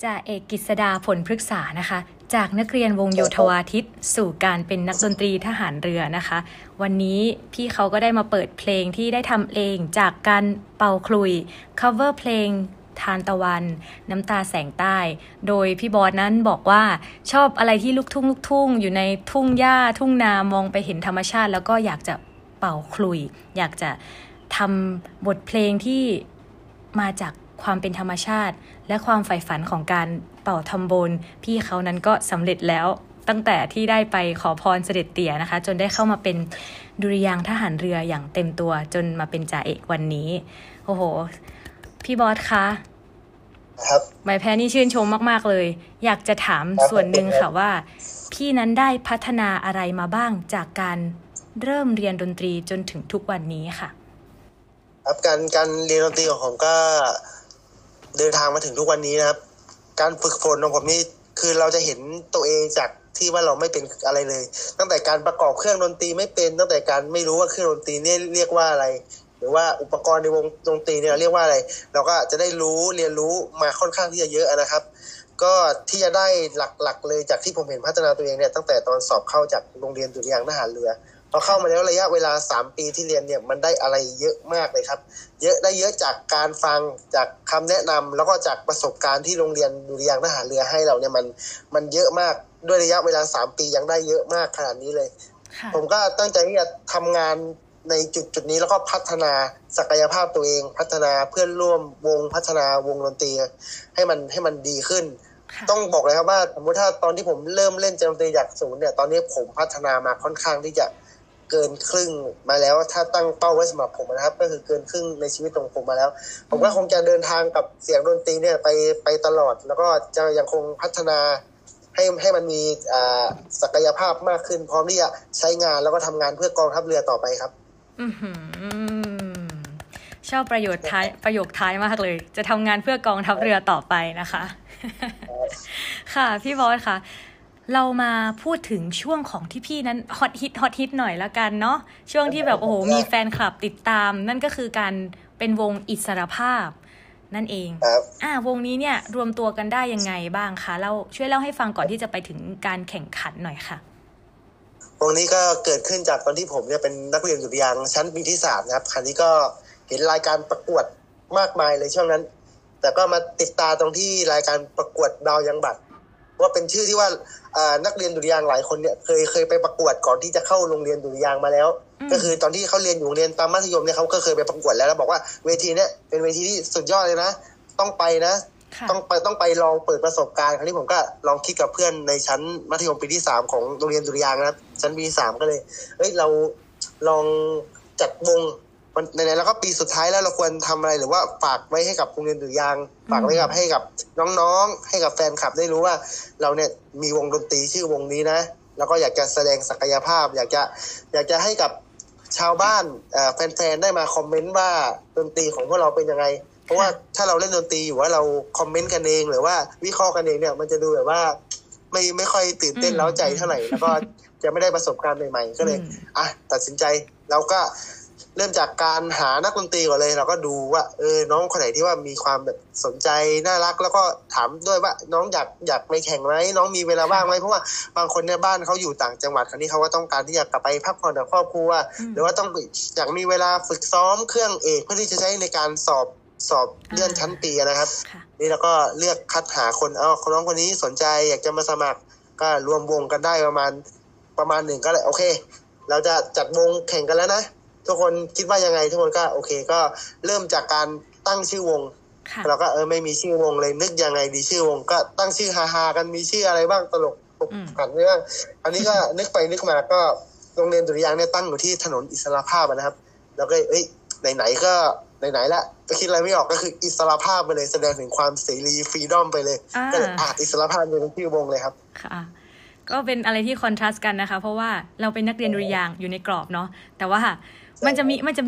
จ่าเอกกฤษดาผลพฤกษานะคะจากนักเรียนวงโยธวาทิตสู่การเป็นนักดนตรีทหารเรือนะคะวันนี้พี่เขาก็ได้มาเปิดเพลงที่ได้ทำเองจากการเป่าขลุ่ย cover เพลงทานตะวันน้ำตาแสงใต้โดยพี่บอสนั้นบอกว่าชอบอะไรที่ลูกทุ่งอยู่ในทุ่งหญ้าทุ่งนามองไปเห็นธรรมชาติแล้วก็อยากจะเป่าขลุ่ยอยากจะทำบทเพลงที่มาจากความเป็นธรรมชาติและความใฝ่ฝันของการเป่าทำบนพี่เขานั้นก็สำเร็จแล้วตั้งแต่ที่ได้ไปขอพรเสด็จเตี่ยนะคะจนได้เข้ามาเป็นดุริยางค์ทหารเรืออย่างเต็มตัวจนมาเป็นจ่าเอกวันนี้โอ้โหพี่บอสคะครับหมายแพ้นี่ชื่นชมมากๆเลยอยากจะถามส่วนหนึ่งค่ะว่าพี่นั้นได้พัฒนาอะไรมาบ้างจากการเริ่มเรียนดนตรีจนถึงทุกวันนี้ค่ะครับการเรียนดนตรีของผมก็เดินทางมาถึงทุกวันนี้นะครับการฝึกฝนของผมนี่คือเราจะเห็นตัวเองจากที่ว่าเราไม่เป็นอะไรเลยตั้งแต่การประกอบเครื่องดนตรีไม่เป็นตั้งแต่การไม่รู้ว่าเครื่องดนตรีนี่เรียกว่าอะไรหรือว่าอุปกรณ์ในวงดนตรีเนี่ยเรียกว่าอะไรเราก็จะได้เรียนรู้มาค่อนข้างที่จะเยอะนะครับก็ที่จะได้หลักๆเลยจากที่ผมเห็นพัฒนาตัวเองเนี่ยตั้งแต่ตอนสอบเข้าจากโรงเรียนดุริยางค์ทหารเรือพอเข้ามาแล้วระยะเวลา3ปีที่เรียนเนี่ยมันได้อะไรเยอะมากเลยครับเยอะจากการฟังจากคำแนะนำแล้วก็จากประสบการณ์ที่โรงเรียนดุริยางค์ทหารเรือให้เราเนี่ยมันเยอะมากด้วยระยะเวลา3ปียังได้เยอะมากขนาดนี้เลยผมก็ตั้งใจที่จะทำงานในจุดนี้แล้วก็พัฒนาศักยภาพตัวเองพัฒนาเพื่อนร่วมวงพัฒนาวงดนตรีให้มันดีขึ้นต้องบอกเลยครับว่าสมมติถ้าตอนที่ผมเริ่มเล่นดนตรีจากศูนย์เนี่ยตอนนี้ผมพัฒนามาค่อนข้างที่จะเกินครึ่งมาแล้วถ้าตั้งเป้าไว้สำหรับผมนะครับก็คือเกินครึ่งในชีวิตของผมมาแล้วผมก็คงจะเดินทางกับเสียงดนตรีเนี่ยไปตลอดแล้วก็จะยังคงพัฒนาให้มันมีศักยภาพมากขึ้นพร้อมที่จะใช้งานแล้วก็ทำงานเพื่อกองทัพเรือต่อไปครับชอบประโยคท้ายมากเลยจะทำงานเพื่อกองทัพเรือต่อไปนะคะค่ะพี่บอสค่ะเรามาพูดถึงช่วงของที่พี่นั้นฮอตฮิตหน่อยละกันเนาะช่วงที่แบบโอ้โหมีแฟนคลับติดตามนั่นก็คือการเป็นวงอิสรภาพนั่นเองวงนี้เนี่ยรวมตัวกันได้ยังไงบ้างคะช่วยเล่าให้ฟังก่อนที่จะไปถึงการแข่งขันหน่อยค่ะวงนี้ก็เกิดขึ้นจากตอนที่ผมเนี่ยเป็นนักเรียนดุริยางค์ชั้นปีที่3นะครับคราวนี้ก็เห็นรายการประกวดมากมายเลยช่วงนั้นแต่ก็มาติดตาตรงที่รายการประกวดดาวยังบัตรว่าเป็นชื่อที่ว่านักเรียนดุริยางค์หลายคนเนี่ยเคยไปประกวดก่อนที่จะเข้าโรงเรียนดุริยางค์มาแล้วก็คือตอนที่เขาเรียนอยู่โรงเรียนตามมัธยมเนี่ยเขาก็เคยไปประกวดแล้วบอกว่าเวทีเนี่ยเป็นเวทีที่สุดยอดเลยนะต้องไปนะต้องไปลองเปิดประสบการณ์ครั้งนี้ผมก็ลองคิดกับเพื่อนในชั้นมัธยมปีที่3ของโรงเรียนดุริยางค์นะครับชั้นปี3ก็เลยเราลองจัดวงในแล้วก็ปีสุดท้ายแล้วเราควรทำอะไรหรือว่าฝากไว้ให้กับโรงเรียนดุริยางค์ฝากไว้ให้กับน้องๆให้กับแฟนคลับได้รู้ว่าเราเนี่ยมีวงดนตรีชื่อวงนี้นะแล้วก็อยากจะแสดงศักยภาพอยากจะให้กับชาวบ้านแฟนๆได้มาคอมเมนต์ว่าดนตรีของพวกเราเป็นยังไงเพราะว่าถ้าเราเล่นดนตรีอยู่ว่าเราคอมเมนต์กันเองหรือว่าวิเคราะห์กันเองเนี่ยมันจะดูแบบว่าไม่ค่อยตื่นเต้นเร้าใจเท่าไหร่แล้วก็จะไม่ได้ประสบการณ์ใหม่ๆก็เลยตัดสินใจเราก็เริ่มจากการหานักดนตรีก่อนเลยเราก็ดูว่าน้องคนไหนที่ว่ามีความแบบสนใจน่ารักแล้วก็ถามด้วยว่าน้องอยากไปแข่งไหมน้องมีเวลาว่างไหมเพราะว่าบางคนเนี่ยบ้านเขาอยู่ต่างจังหวัดคราวนี้เขาก็ต้องการที่จะกลับไปพักผ่อนกับครอบครัวหรือว่าต้องอยากมีเวลาฝึกซ้อมเครื่องเอกเพื่อที่จะใช้ในการสอบเลื่อนชั้นปีนะครับนี่เราก็เลือกคัดหาคนน้องคนนี้สนใจอยากจะมาสมัครก็รวมวงกันได้ประมาณหนึ่งก็เลยโอเคเราจะจัดวงแข่งกันแล้วนะทุกคนคิดว่ายังไงทุกคนก็โอเคก็เริ่มจากการตั้งชื่อวงเราก็ไม่มีชื่อวงเลยนึกยังไงดีชื่อวงก็ตั้งชื่อฮาๆกันมีชื่ออะไรบ้างตลกกันเรื่องอันนี้ก็นึกไปนึกมาก็โรงเรียนดุริยางค์เนี่ยตั้งอยู่ที่ถนนอิสรภาพนะครับแล้วก็ไหนละก็คิดอะไรไม่ออกก็คืออิสรภาพไปเลยแสดงถึงความเสรีฟรีดอมไปเลยก็เลยอิสรภาพเป็นชื่อวงเลยครับค่ะก็เป็นอะไรที่คอนทราสต์กันนะคะเพราะว่าเราเป็นนักเรียนดุริยางค์อยู่ในกรอบเนาะแต่ว่ามันจะมี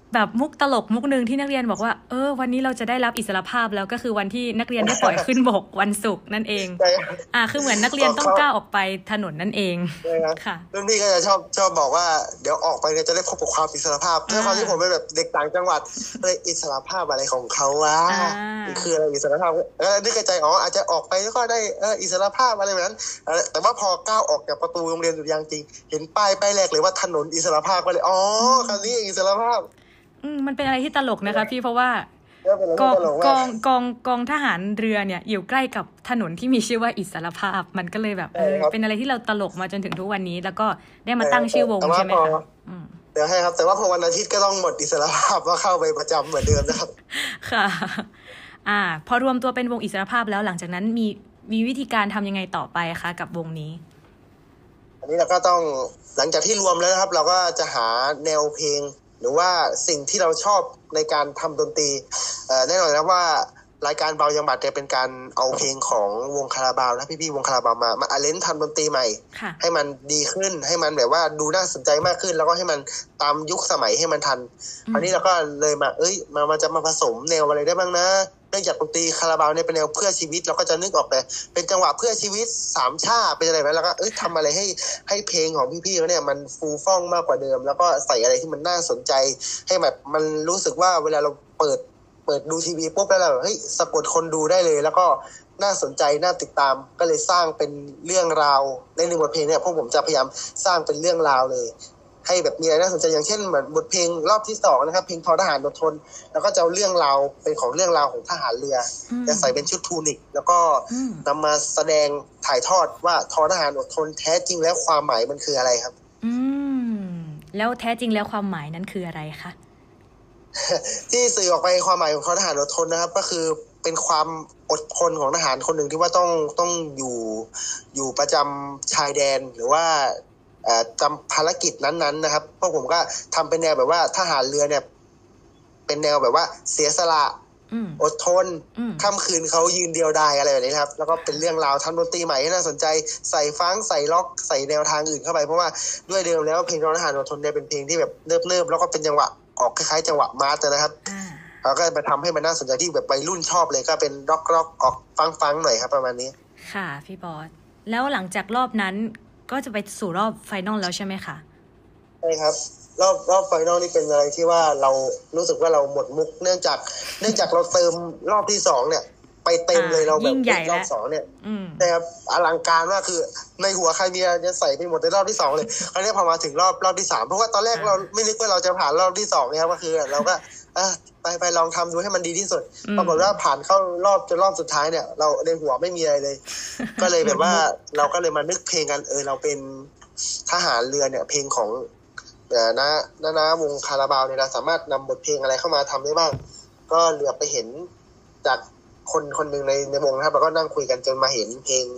แบบมุกตลกมุกนึงที่นักเรียนบอกว่าวันนี้เราจะได้รับอิสรภาพแล้วก็คือวันที่นักเรียนได้ปล่อยขึ้นบกวันศุกร์นั่นเองคือเหมือนนักเรียนต้องก้าวออกไปถนนนั่นเองค่ะรุ่นพี่ก็จะชอบบอกว่าเดี๋ยวออกไปเนี่ยจะได้พบกับความอิสรภาพด้วยความที่ผมเป็นแบบเด็กต่างจังหวัดเลยอิสรภาพอะไรของเขาวะคืออะไรอิสรภาพนึกในใจอาจจะออกไปแล้วก็ได้อิสรภาพอะไรแบบนั้นแต่ว่าพอก้าวออกจากประตูโรงเรียนดุริยางค์จริงเห็นป้ายแรกเลยว่าถนนอิสรภาพก็เลยคำนี้อิสรภาพมันเป็นอะไรที่ตลกนะคะพี่เพราะว่ากองทหารเรือเนี่ยอยู่ใกล้กับถนนที่มีชื่อว่าอิสรภาพมันก็เลยแบบเป็นอะไรที่เราตลกมาจนถึงทุกวันนี้แล้วก็ได้มาตั้งชื่อวงใช่ไหมคะเดี๋ยวให้ครับแต่ว่าพอวันอาทิตย์ก็ต้องหมดอิสรภาพก็เข้าไปประจำเหมือนเดิมนะครับค่ะพอรวมตัวเป็นวงอิสรภาพแล้วหลังจากนั้นมีวิธีการทำยังไงต่อไปคะกับวงนี้อันนี้เราก็ต้องหลังจากที่รวมแล้วนะครับเราก็จะหาแนวเพลงหรือว่าสิ่งที่เราชอบในการทำดนตรีแน่นอนนะว่ารายการเบายังบัดเนี่ยเป็นการเอาเพลงของวงคาราบาวนะพี่ๆวงคาราบาวมาอาเลนทำดนตรีใหม่ให้มันดีขึ้นให้มันแบบว่าดูน่าสนใจมากขึ้นแล้วก็ให้มันตามยุคสมัยให้มันทันอันนี้เราก็เลยมาจะมาผสมแนวอะไรได้บ้างนะเนื่องจากดนตรีคาราบาวเนี่ยเป็นแนวเพื่อชีวิตเราก็จะนึกออกเลยเป็นจังหวะเพื่อชีวิตสามชาเป็นอะไรแบบแล้วก็ทำอะไรให้เพลงของพี่ๆเขาเนี่ยมันฟูฟ่องมากกว่าเดิมแล้วก็ใส่อะไรที่มันน่าสนใจให้แบบมันรู้สึกว่าเวลาเราเปิดดูทีวีปุ๊บแล้วเราสะกดคนดูได้เลยแล้วก็น่าสนใจน่าติดตามก็เลยสร้างเป็นเรื่องราวในหนึ่งบทเพลงเนี่ยพวกผมจะพยายามสร้างเป็นเรื่องราวเลยให้แบบมีอะไรน่าสนใจอย่างเช่นเหมือนบทเพลงรอบที่2นะครับเพลงทอทหารอดทนแล้วก็จะเอาเรื่องราวเป็นของเรื่องราวของทหารเรือจะใส่เป็นชุดทูนิคแล้วก็นำมาแสดงถ่ายทอดว่าทอทหารอดทนแท้จริงแล้วความหมายมันคืออะไรครับแล้วแท้จริงแล้วความหมายนั้นคืออะไรคะที่สื่อออกไปความหมายของทหารอดทนนะครับก็คือเป็นความอดทนของทหารคนหนึ่งที่ว่าต้องอยู่ประจำชายแดนหรือว่าจำภารกิจนั้นๆนะครับพวกผมก็ทำเป็นแนวแบบว่าทหารเรือเนี่ยเป็นแนวแบบว่าเสียสละอดทนค่ำคืนเขายืนเดียวดายอะไรแบบนี้ครับแล้วก็เป็นเรื่องราวทำดนตรีใหม่ให้น่าสนใจใส่ฟังใส่ล็อกใส่แนวทางอื่นเข้าไปเพราะว่าด้วยเดิมแล้วเพลงทหารอดทนเนี่ยเป็นเพลงที่แบบเนิบๆแล้วก็เป็นจังหวะออกคล้ายๆจังหวะมาร์ชนะครับเราก็มาทำให้มันน่าสนใจที่แบบวัยรุ่นชอบเลยก็เป็นร็อกออกฟังหน่อยครับประมาณนี้ค่ะพี่บอสแล้วหลังจากรอบนั้นก็จะไปสู่รอบไฟนอลแล้วใช่ไหมคะใช่ครับรอบไฟนอลนี่เป็นอะไรที่ว่าเรารู้สึกว่าเราหมดมุกเนื่องจากเราเติมรอบที่2เนี่ยไปเต็มเลยเราแบบรอบ2เนี่ยนะครับอลังการมากคือในหัวใครมีจะใส่ไปหมดในรอบที่2เลยคราวนี้พอมาถึงรอบที่3เพราะว่าตอนแรกเราไม่นึกว่าเราจะผ่านรอบที่2เนี่ยครับก็คือเราก็ไปลองทำดูให้มันดีที่สุดปรากฏว่าผ่านเข้ารอบจนรอบสุดท้ายเนี่ยเราในหัวไม่มีอะไรเลยก็เลยแบบว่าเราก็เลยมานึกเพลงกันเราเป็นทหารเรือเนี่ยเพลงของนะวงคาราบาวเนี่ยเราสามารถนำบทเพลงอะไรเข้ามาทำได้บ้างก็เหลือไปเห็นจากคนหนึ่งในวงนะครับเราก็นั่งคุยกันจนมาเห็นเพลง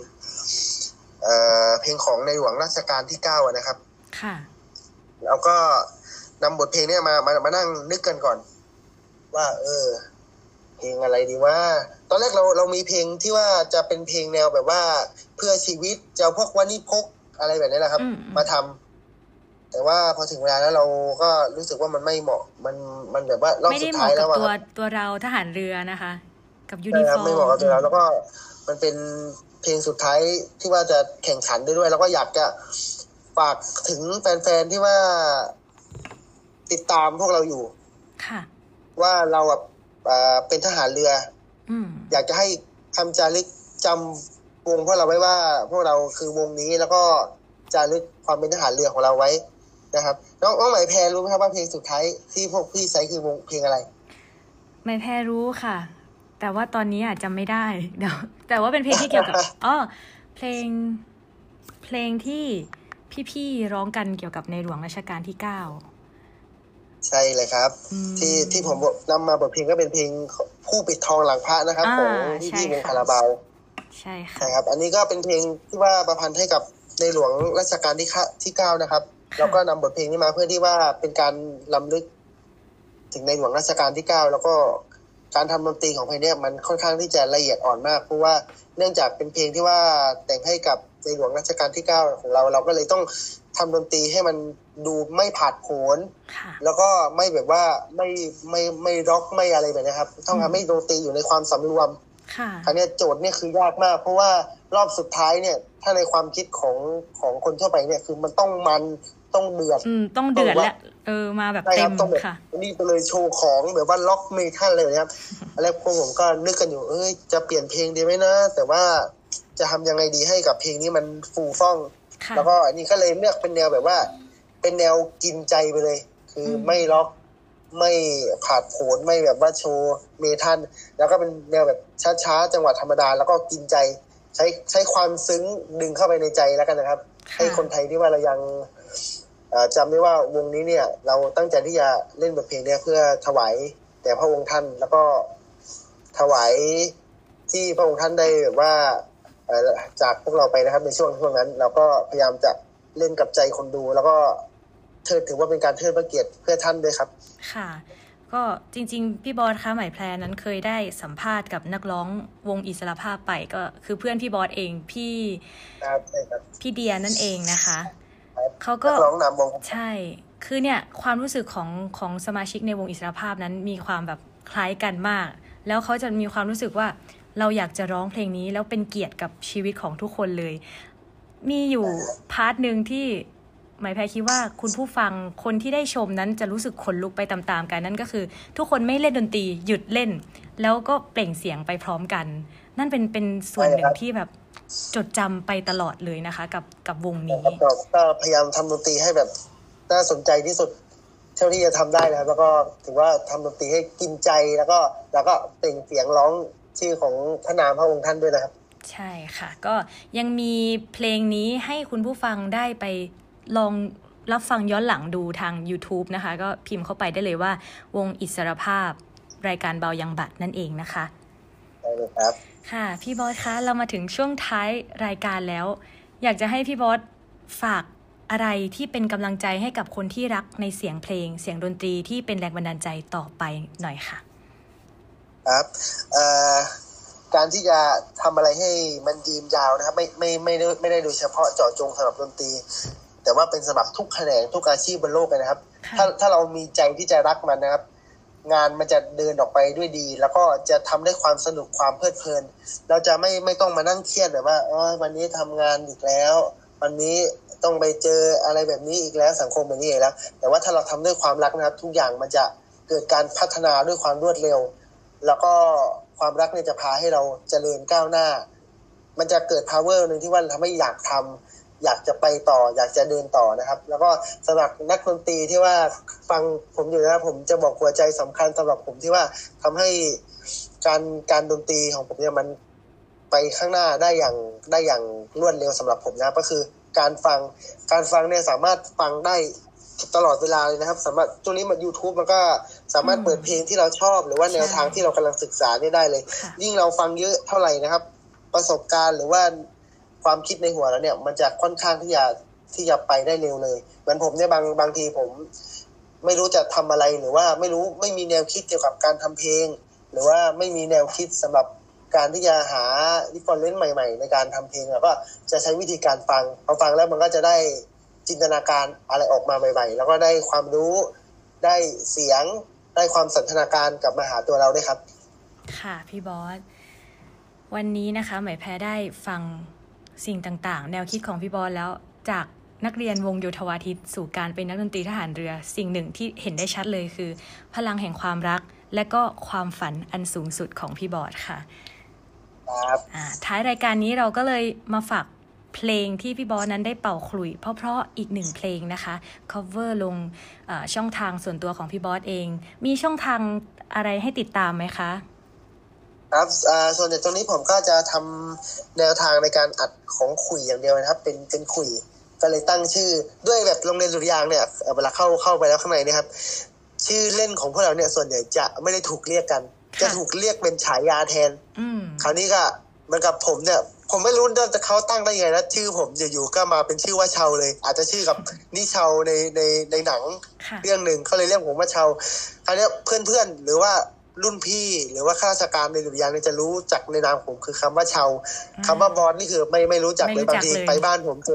ของในหลวงรัชกาลที่9นะครับค่ะแล้วก็นำบทเพลงนี้มานั่งนึกกันก่อนว่าเพลงอะไรดีว่าตอนแรกเรามีเพลงที่ว่าจะเป็นเพลงแนวแบบว่าเพื่อชีวิตจะพวกวานิพกอะไรแบบนี้แหละครับมาทำแต่ว่าพอถึงเวลาแล้วเราก็รู้สึกว่ามันไม่เหมาะมันแบบว่ารอบสุดท้ายแล้วไม่ได้เหมาะกับตัวเราทหารเรือนะคะกับยูนิฟอร์มไม่เหมาะกับตัวเราแล้วก็มันเป็นเพลงสุดท้ายที่ว่าจะแข่งขันด้วยแล้วก็อยากจะฝากถึงแฟนๆที่ว่าติดตามพวกเราอยู่ค่ะว่าเราแบบเป็นทหารเรืออยากจะให้คำจารึกจำวงพวกเราไว้ว่าพวกเราคือวงนี้แล้วก็จารึกความเป็นทหารเรือของเราไว้นะครับน้องไหมแพรรู้ไหมครับว่าเพลงสุดท้ายที่พวกพี่ใช้คือวงเพลงอะไรไหมแพรรู้ค่ะแต่ว่าตอนนี้อาจจะไม่ได้เดี๋ยวแต่ว่าเป็นเพลงที่เกี่ยวกับเพลงที่พี่ๆร้องกันเกี่ยวกับในหลวงรัชกาลที่9 ใช่เลยครับที่ผมนำมาบทเพลงก็เป็นเพลงผู้ปิดทองหลังพระนะครับของพี่วงคาราบาวใช่ค่ะใช่ครับอันนี้ก็เป็นเพลงที่ว่าประพันธ์ให้กับในหลวงรัชกาลที่9นะครับเราก็นำบทเพลงนี้มาเพื่อที่ว่าเป็นการรำลึกถึงในหลวงรัชกาลที่9แล้วก็การทำดนตรีของเพลงนี้มันค่อนข้างที่จะละเอียดอ่อนมากเพราะว่าเนื่องจากเป็นเพลงที่ว่าแต่งให้กับในหลวงรัชกาลที่9ของเราก็เลยต้องทำดนตรีให้มันดูไม่ผาดโผนค่ะแล้วก็ไม่แบบว่าไม่ร็อกไม่อะไรแบบนี้ครับต้องทำให้ดนตรีอยู่ในความสำรวมค่ะคราวนี้โจทย์เนี่ยคือยากมากเพราะว่ารอบสุดท้ายเนี่ยถ้าในความคิดของคนทั่วไปเนี่ยคือมันต้องเดือดต้องเดือดและมาแบบเต็มต้องแบบค่ะนี่ไปเลยโชว์ของแบบว่าล็อกเมทัลเลยนะครับแล้วพวกผมก็นึกกันอยู่จะเปลี่ยนเพลงดีไหมนะแต่ว่าจะทำยังไงดีให้กับเพลงนี้มันฟูฟ่องค่ะแล้วก็อันนี้ก็เลยเลือกเป็นแนวแบบว่า เป็นแนวกินใจไปเลย คือไม่ล็อกไม่ผาดโผนไม่แบบว่าโชว์เมทัลแล้วก็เป็นแนวแบบช้าๆจังหวะธรรมดาแล้วก็กินใจใช้ความซึ้งดึงเข้าไปในใจแล้วกันนะครับ ให้คนไทยที่ว่าเรายังจำได้ว่าวงนี้เนี่ยเราตั้งใจที่จะเล่นบทเพลงนี้เพื่อถวายแด่พระองค์ท่านแล้วก็ถวายที่พระองค์ท่านได้แบบว่าจากพวกเราไปนะครับในช่วงนั้นเราก็พยายามจะเล่นกับใจคนดูแล้วก็ถือว่าเป็นการเทิดพระเกียรติเพื่อท่านด้วยครับค่ะก็จริงๆพี่บอสคะไหมแพรนั้นเคยได้สัมภาษณ์กับนักร้องวงอิสรภาพไปก็คือเพื่อนพี่บอสเองพี่เดียนั่นเองนะคะเขาก็ร้องนำวงใช่คือเนี่ยความรู้สึกของสมาชิกในวงอิสรภาพนั้นมีความแบบคล้ายกันมากแล้วเขาจะมีความรู้สึกว่าเราอยากจะร้องเพลงนี้แล้วเป็นเกียรติกับชีวิตของทุกคนเลยมีอยู่พาร์ทนึงที่หมายแพรคิดว่าคุณผู้ฟังคนที่ได้ชมนั้นจะรู้สึกขนลุกไปตามๆกันนั่นก็คือทุกคนไม่เล่นดนตรีหยุดเล่นแล้วก็เปล่งเสียงไปพร้อมกันนั่นเป็นส่วนหนึ่งที่แบบจดจำไปตลอดเลยนะคะกับวงนี้ก็พยายามทำดนตรีให้แบบน่าสนใจที่สุดเท่าที่จะทำได้นะครับแล้วก็ถือว่าทำดนตรีให้กินใจแล้วก็เปล่งเสียงร้องชื่อของพระนามพระองค์ท่านด้วยนะครับใช่ค่ะก็ยังมีเพลงนี้ให้คุณผู้ฟังได้ไปลองรับฟังย้อนหลังดูทาง YouTube นะคะก็พิมพ์เข้าไปได้เลยว่าวงอิสรภาพรายการเบายังบัดนั่นเองนะคะได้เลยครับค่ะพี่บอสคะเรามาถึงช่วงท้ายรายการแล้วอยากจะให้พี่บอสฝากอะไรที่เป็นกำลังใจให้กับคนที่รักในเสียงเพลงเสียงดนตรีที่เป็นแรงบันดาลใจต่อไปหน่อยค่ะครับการที่จะทำอะไรให้มันยืนยาวนะครับไม่ได้โดยเฉพาะเจาะจงสำหรับดนตรีแต่ว่าเป็นสำหรับทุกแขนงทุกอาชีพบนโลกเลยนะครับถ้าเรามีใจที่จะรักมันนะครับงานมันจะเดินออกไปด้วยดีแล้วก็จะทำได้ความสนุกความเพลิดเพลินเราจะไม่ต้องมานั่งเครียดแบบว่าวันนี้ทำงานอีกแล้ววันนี้ต้องไปเจออะไรแบบนี้อีกแล้วสังคมแบบนี้อีกแล้วแต่ว่าถ้าเราทำด้วยความรักนะครับทุกอย่างมันจะเกิดการพัฒนาด้วยความรวดเร็วแล้วก็ความรักเนี่ยจะพาให้เราเจริญก้าวหน้ามันจะเกิด power นึงที่ว่าทำให้อยากทำอยากจะไปต่ออยากจะเดินต่อนะครับแล้วก็สำหรับนักดนตรีที่ว่าฟังผมอยู่นะครับผมจะบอกหัวใจสำคัญสำหรับผมที่ว่าทำให้การดนตรีของผมเนี่ยมันไปข้างหน้าได้อย่างรวดเร็วสำหรับผมนะก็คือการฟังเนี่ยสามารถฟังได้ตลอดเวลาเลยนะครับสำหรับช่วงนี้มัน YouTube มันก็สามารถเปิดเพลงที่เราชอบหรือว่าแนวทางที่เรากำลังศึกษานี่ได้เลยยิ่งเราฟังเยอะเท่าไหร่นะครับประสบการณ์หรือว่าความคิดในหัวแล้วเนี่ยมันจะค่อนข้างที่จะไปได้เร็วเลยเหมือนผมเนี่ยบางทีผมไม่รู้จะทำอะไรหรือว่าไม่มีแนวคิดเกี่ยวกับการทำเพลงหรือว่าไม่มีแนวคิดสำหรับการที่จะหาreferenceใหม่ๆในการทำเพลงแล้วก็จะใช้วิธีการฟังพอฟังแล้วมันก็จะได้จินตนาการอะไรออกมาใหม่ๆแล้วก็ได้ความรู้ได้เสียงได้ความสันทนาการกลับมาหาตัวเราด้วยครับค่ะพี่บอสวันนี้นะคะไหมแพรได้ฟังสิ่งต่างๆแนวคิดของพี่บอสแล้วจากนักเรียนวงโยธวาทิตสู่การเป็นนักดนตรีทหารเรือสิ่งหนึ่งที่เห็นได้ชัดเลยคือพลังแห่งความรักและก็ความฝันอันสูงสุดของพี่บอสค่ะท้ายรายการนี้เราก็เลยมาฝากเพลงที่พี่บอสนั้นได้เป่าขลุ่ยเพราะอีกหนึ่งเพลงนะคะ cover ลงช่องทางส่วนตัวของพี่บอสเองมีช่องทางอะไรให้ติดตามไหมคะครับส่วนใหญ่ตรงนี้ผมก็จะทำแนวทางในการอัดของขลุ่ยอย่างเดียวนะครับเป็นขลุ่ยก็เลยตั้งชื่อด้วยแบบโรงเรียนดุริยางค์เนี่ยเวลาเข้าไปแล้วข้างในเนี่ยครับชื่อเล่นของพวกเราเนี่ยส่วนใหญ่จะไม่ได้ถูกเรียกกันจะถูกเรียกเป็นฉายาแทนคราวนี้ก็เหมือนกับผมเนี่ยผมไม่รู้จะเขาตั้งได้ยังไงนะชื่อผมอยู่ๆก็มาเป็นชื่อว่าเชาเลยอาจจะชื่อกับนิเชาในหนังเรื่องหนึ่งเขาเลยเรียกผมว่าเชาคราวนี้เพื่อนๆหรือว่ารุ่นพี่หรือว่าข้าราชการในดุริยางค์จะรู้จักในนามผมคือคำว่าเชาคำว่าบอสนี่คือไม่รู้จักเลยบางทีไปบ้านผมเจ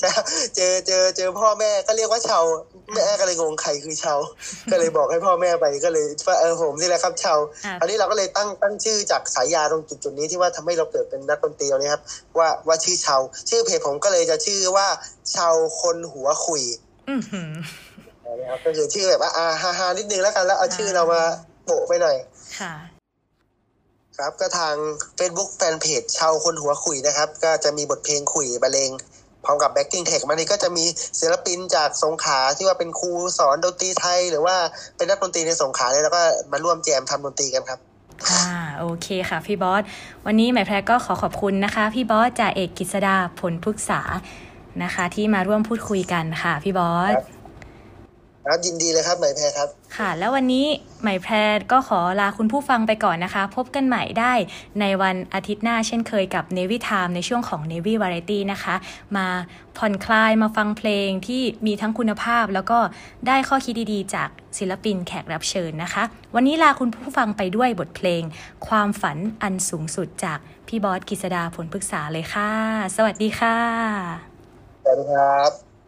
เจอพ่อแม่ก็เรียกว่าเชาแม่ก็เลยงงใครคือเชาก็เลยบอกให้พ่อแม่ไปก็เลยว่าผมนี่แหละครับเชาคราวนี้เราก็เลยตั้งชื่อจากฉายาตรงจุดนี้ที่ว่าทำให้เราเกิดเป็นนักดนตรีนี้ครับว่าชื่อเชาชื่อเพจผมก็เลยจะชื่อว่าเชาคนหัวขุยนะครับก็คือชื่อแบบว่าฮานิดนึงแล้วกันแล้วเอาชื่อเรามาโปะไปหน่อยค่ะครับก็ทาง Facebook แฟนเพจเชาคนหัวขุยนะครับก็จะมีบทเพลงขุยบรรเลงพร้อมกับแบ็คกิ้งแท็กบางทีก็จะมีศิลปินจากสงขลาที่ว่าเป็นครูสอนดนตรีไทยหรือว่าเป็นนักดนตรีในสงขลาเลยแล้วก็มาร่วมแจมทำดนตรีกันครับโอเคค่ะพี่บอสวันนี้หมายแพรก็ขอบคุณนะคะพี่บอสจ่าเอกกฤษดาผลพฤกษานะคะที่มาร่วมพูดคุยกันค่ะพี่บอสครับยินดีเลยครับหมายแพรครับค่ะแล้ววันนี้หมายแพรก็ขอลาคุณผู้ฟังไปก่อนนะคะพบกันใหม่ได้ในวันอาทิตย์หน้าเช่นเคยกับ Navy Time ในช่วงของ Navy Variety นะคะมาผ่อนคลายมาฟังเพลงที่มีทั้งคุณภาพแล้วก็ได้ข้อคิดดีๆจากศิลปินแขกรับเชิญนะคะวันนี้ลาคุณผู้ฟังไปด้วยบทเพลงความฝันอันสูงสุดจากพี่บอสกฤษดาผลพฤกษาเลยค่ะสวัสดีค่ะสวัสดีครับ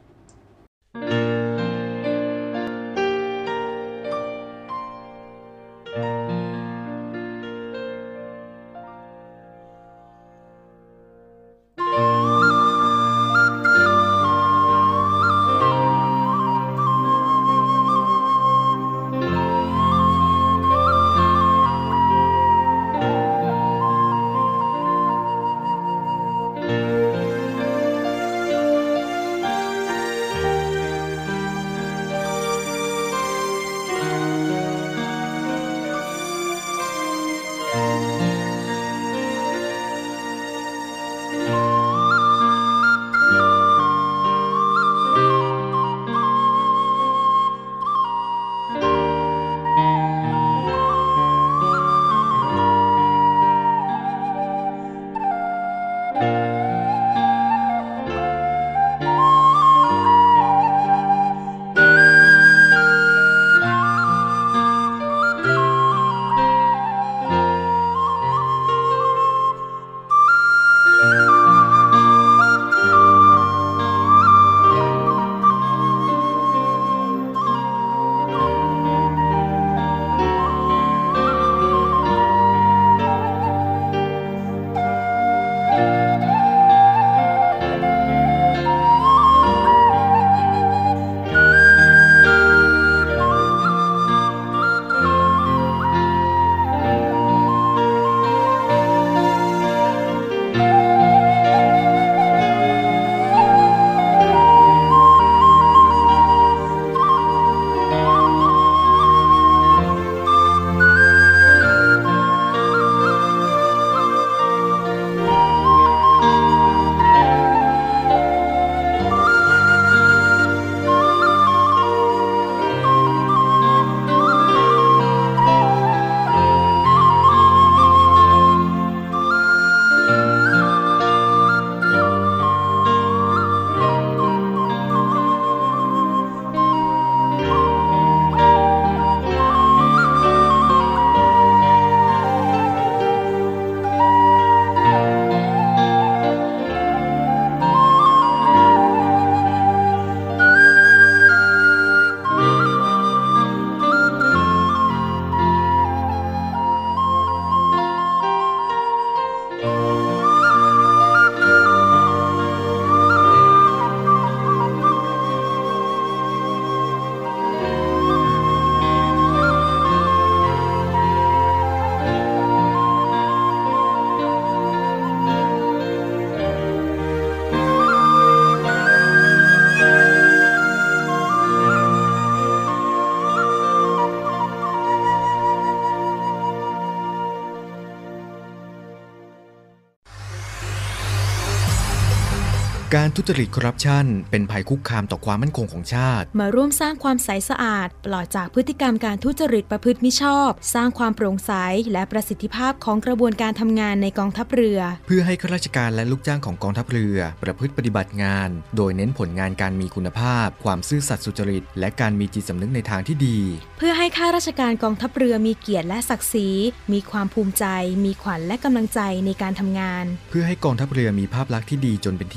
การทุจริตคอร์รัปชันเป็นภัยคุกคามต่อความมั่นคงของชาติมาร่วมสร้างความใสสะอาดปลอดจากพฤติกรรมการทุจริตประพฤติมิชอบสร้างความโปร่งใสและประสิทธิภาพของกระบวนการทำงานในกองทัพเรือเพื่อให้ข้าราชการและลูกจ้างของกองทัพเรือประพฤติปฏิบัติงานโดยเน้นผลงานการมีคุณภาพความซื่อสัตย์สุจริตและการมีจิตสำนึกในทางที่ดีเพื่อให้ข้าราชการกองทัพเรือมีเกียรติและศักดิ์ศรีมีความภูมิใจมีขวัญและกำลังใจในการทำงานเพื่อให้กองทัพเรือมีภาพลักษณ์ที่ดีจนเป็นที่ยอมรับ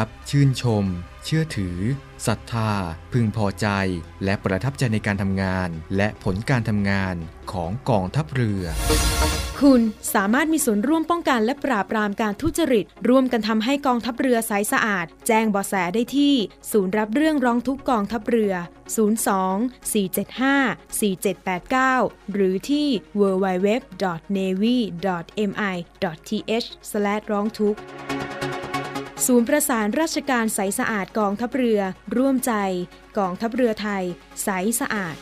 รับ ชื่นชม เชื่อถือศรัทธาพึงพอใจและประทับใจในการทำงานและผลการทำงานของกองทัพเรือคุณสามารถมีส่วนร่วมป้องกันและปราบปรามการทุจริตร่วมกันทำให้กองทัพเรือใสสะอาดแจ้งเบาะแสได้ที่ศูนย์รับเรื่องร้องทุกข์กองทัพเรือ02-475-4789 หรือที่ www.navy.mi.th/ร้องทุกข์ศูนย์ประสานราชการใสสะอาดกองทัพเรือร่วมใจกองทัพเรือไทยใสสะอาด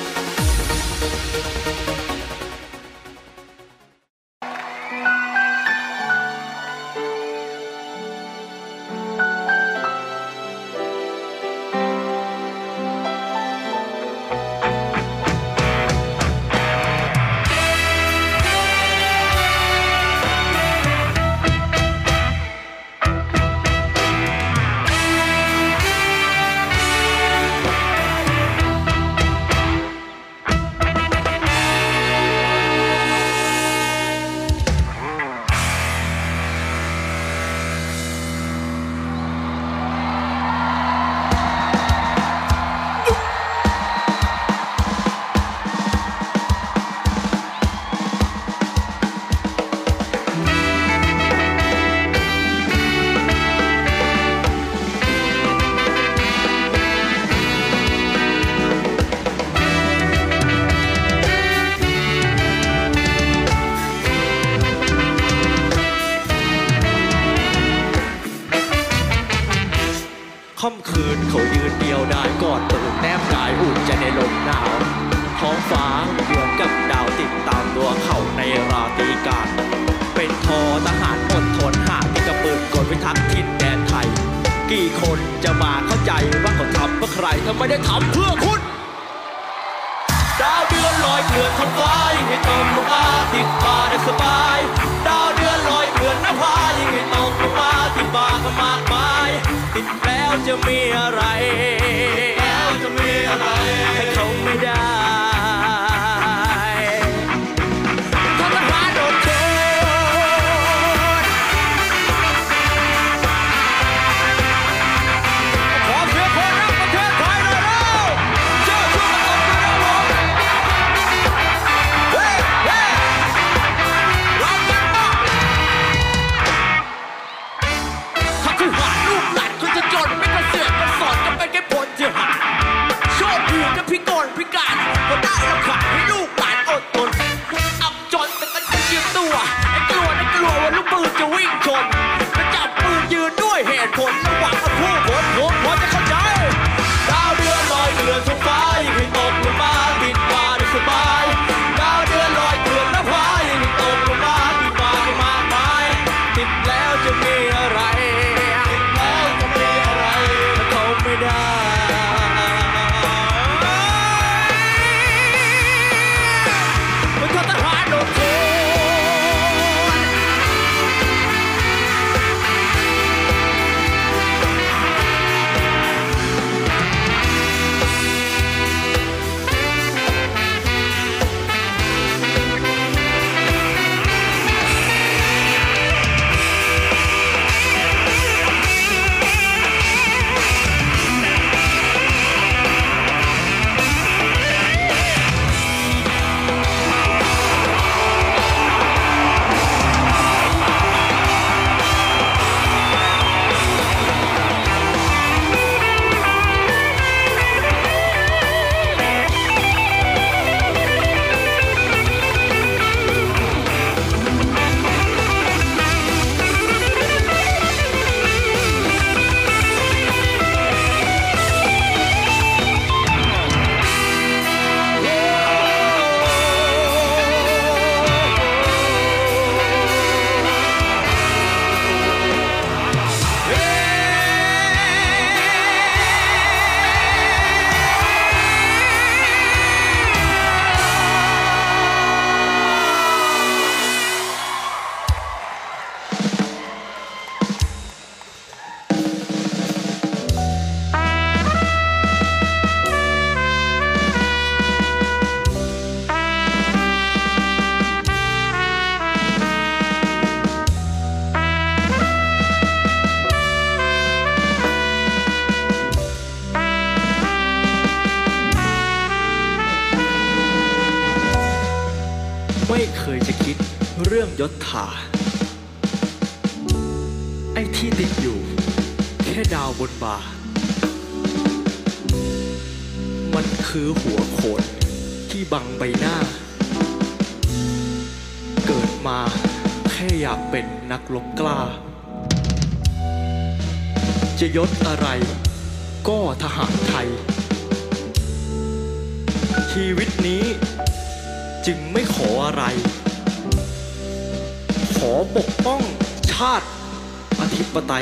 ค่ำคืนเขายืนเดียวดายกอดตูดแนบกายอุ่นใจในลมหนาวท้องฟ้าเหมือนกับดาวติดตามตัวเขาในราตรีการเป็นทอทหารอดทนหากที่กระปืนกดพิทักษ์ถิ่นแดนไทยกี่คนจะมาเข้าใจว่าเขาทำเพื่อใครถ้าไม่ได้ทำเพื่อคุณดาวเดือนลอยเกลื่อนท้องฟ้ายิ่งให้ตกลงมาติดฟ้าได้สบายดาวเดือนลอยเกลื่อนน้ำฟ้ายิ่งให้ตกลงมาติดฟ้าก็มากมายติดแล้วจะมีอะไรให้เขาไม่ได้ถ้าทหารโดนชนขอเสียงคนรักประเทศไทยหน่อยแล้วเจ้าช่วยมาตบมือเราเฮ้ยเราเก่งมากถ้าทหารลูกหลานคุณจะจนไม่กระเสือกกระยศถาไอ้ที่ติดอยู่แค่ดาวบนบ่ามันคือหัวโขนที่บังใบหน้าเกิดมาแค่อยากเป็นนักรบกล้าจะยศอะไรก็ทหารไทยชีวิตนี้จึงไม่ขออะไรขอปกป้องชาติอธิปไตย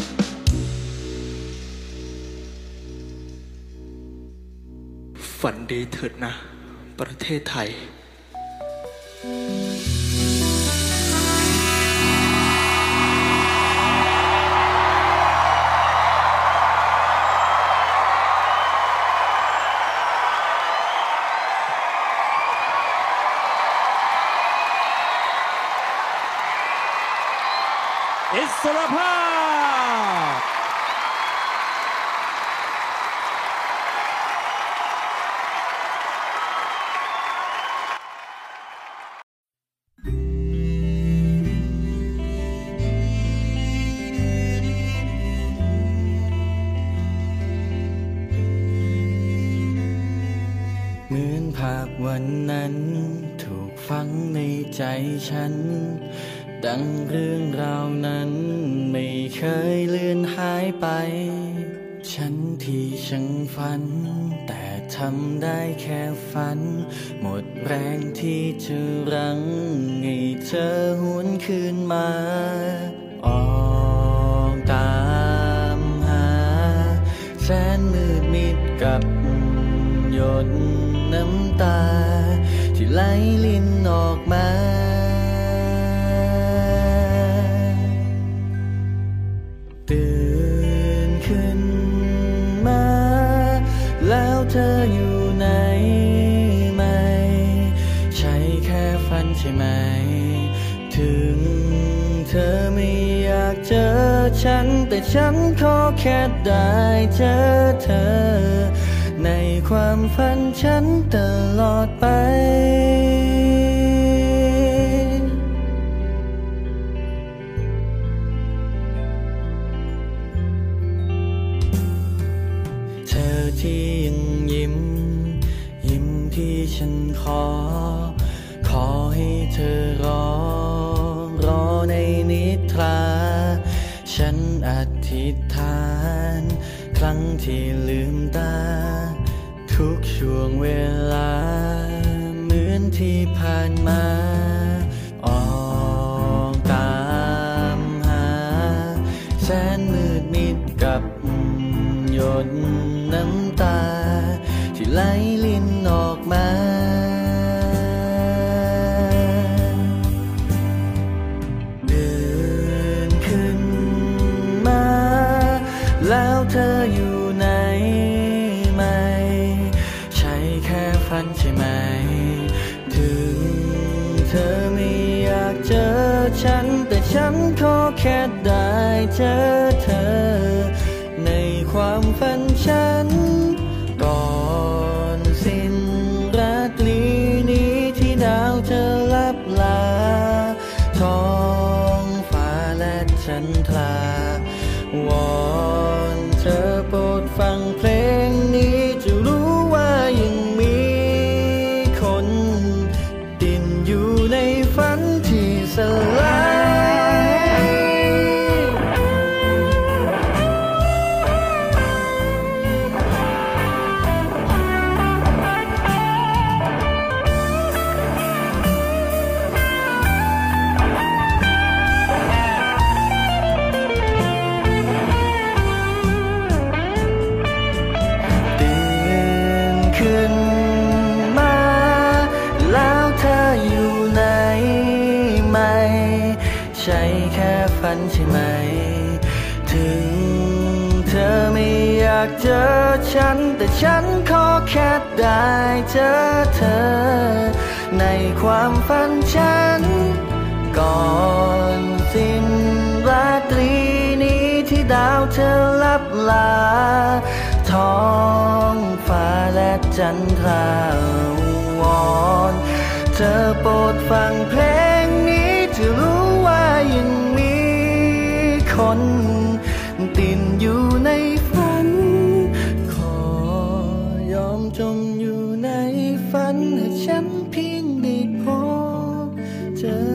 ฝันดีเถิดนะประเทศไทยอิสรภาพเหมือนภาพวันนั้นถูกฝังในใจฉันดังเรื่องราวนั้นไม่เคยเลือนหายไปฉันที่ช่างฝันแต่ทำได้แค่ฝันหมดแรงที่จะรั้งให้เธอหวนคืนมาออกตามหาแสนมืดมิดกับหยดน้ำตาที่ไหลลิ้นออกมาตื่นขึ้นมาแล้วเธออยู่ไหนไหมใช่แค่ฝันใช่ไหมถึงเธอไม่อยากเจอฉันแต่ฉันขอแค่ได้เจอเธอในความฝันฉันตลอดไปเธอที่ยังยิ้มที่ฉันขอให้เธอรอในนิทราฉันอธิษฐานครั้งที่ลืมตาทุกช่วงเวลาเหมือนที่ผ่านมาออกตามหาแสนมืดมิดกับหยดน้ำตาที่ไหลลิ้นออกมาเดินขึ้นมาแล้วเธออยู่ไหนไหมใช่แค่ฝันใช่ไหมถึงเธอไม่อยากเจอฉันแต่ฉันขอแค่ได้เจอเธอในความฝันฉันก่อนสิ้นราตรีนี้ที่ดาวจะลับลาท้องฟ้าและจันทราวอนเธอโปรดฟังเพลงนี้จะรู้ว่ายังมีคนดิ้นอยู่ในฝันที่สลายใช่แค่ฝันใช่ไหมถึงเธอไม่อยากเจอฉันแต่ฉันขอแค่ได้เจอเธอในความฝันฉันก่อนสิ้นราตรีนี้ที่ดาวเธอลับลาท้องฟ้าและจันทราวอนเธอโปรดฟังเพลงนี้จะนติดอยู่ในฝันขอยอมจมอยู่ในฝันให้ฉันเพียงได้พบเจอ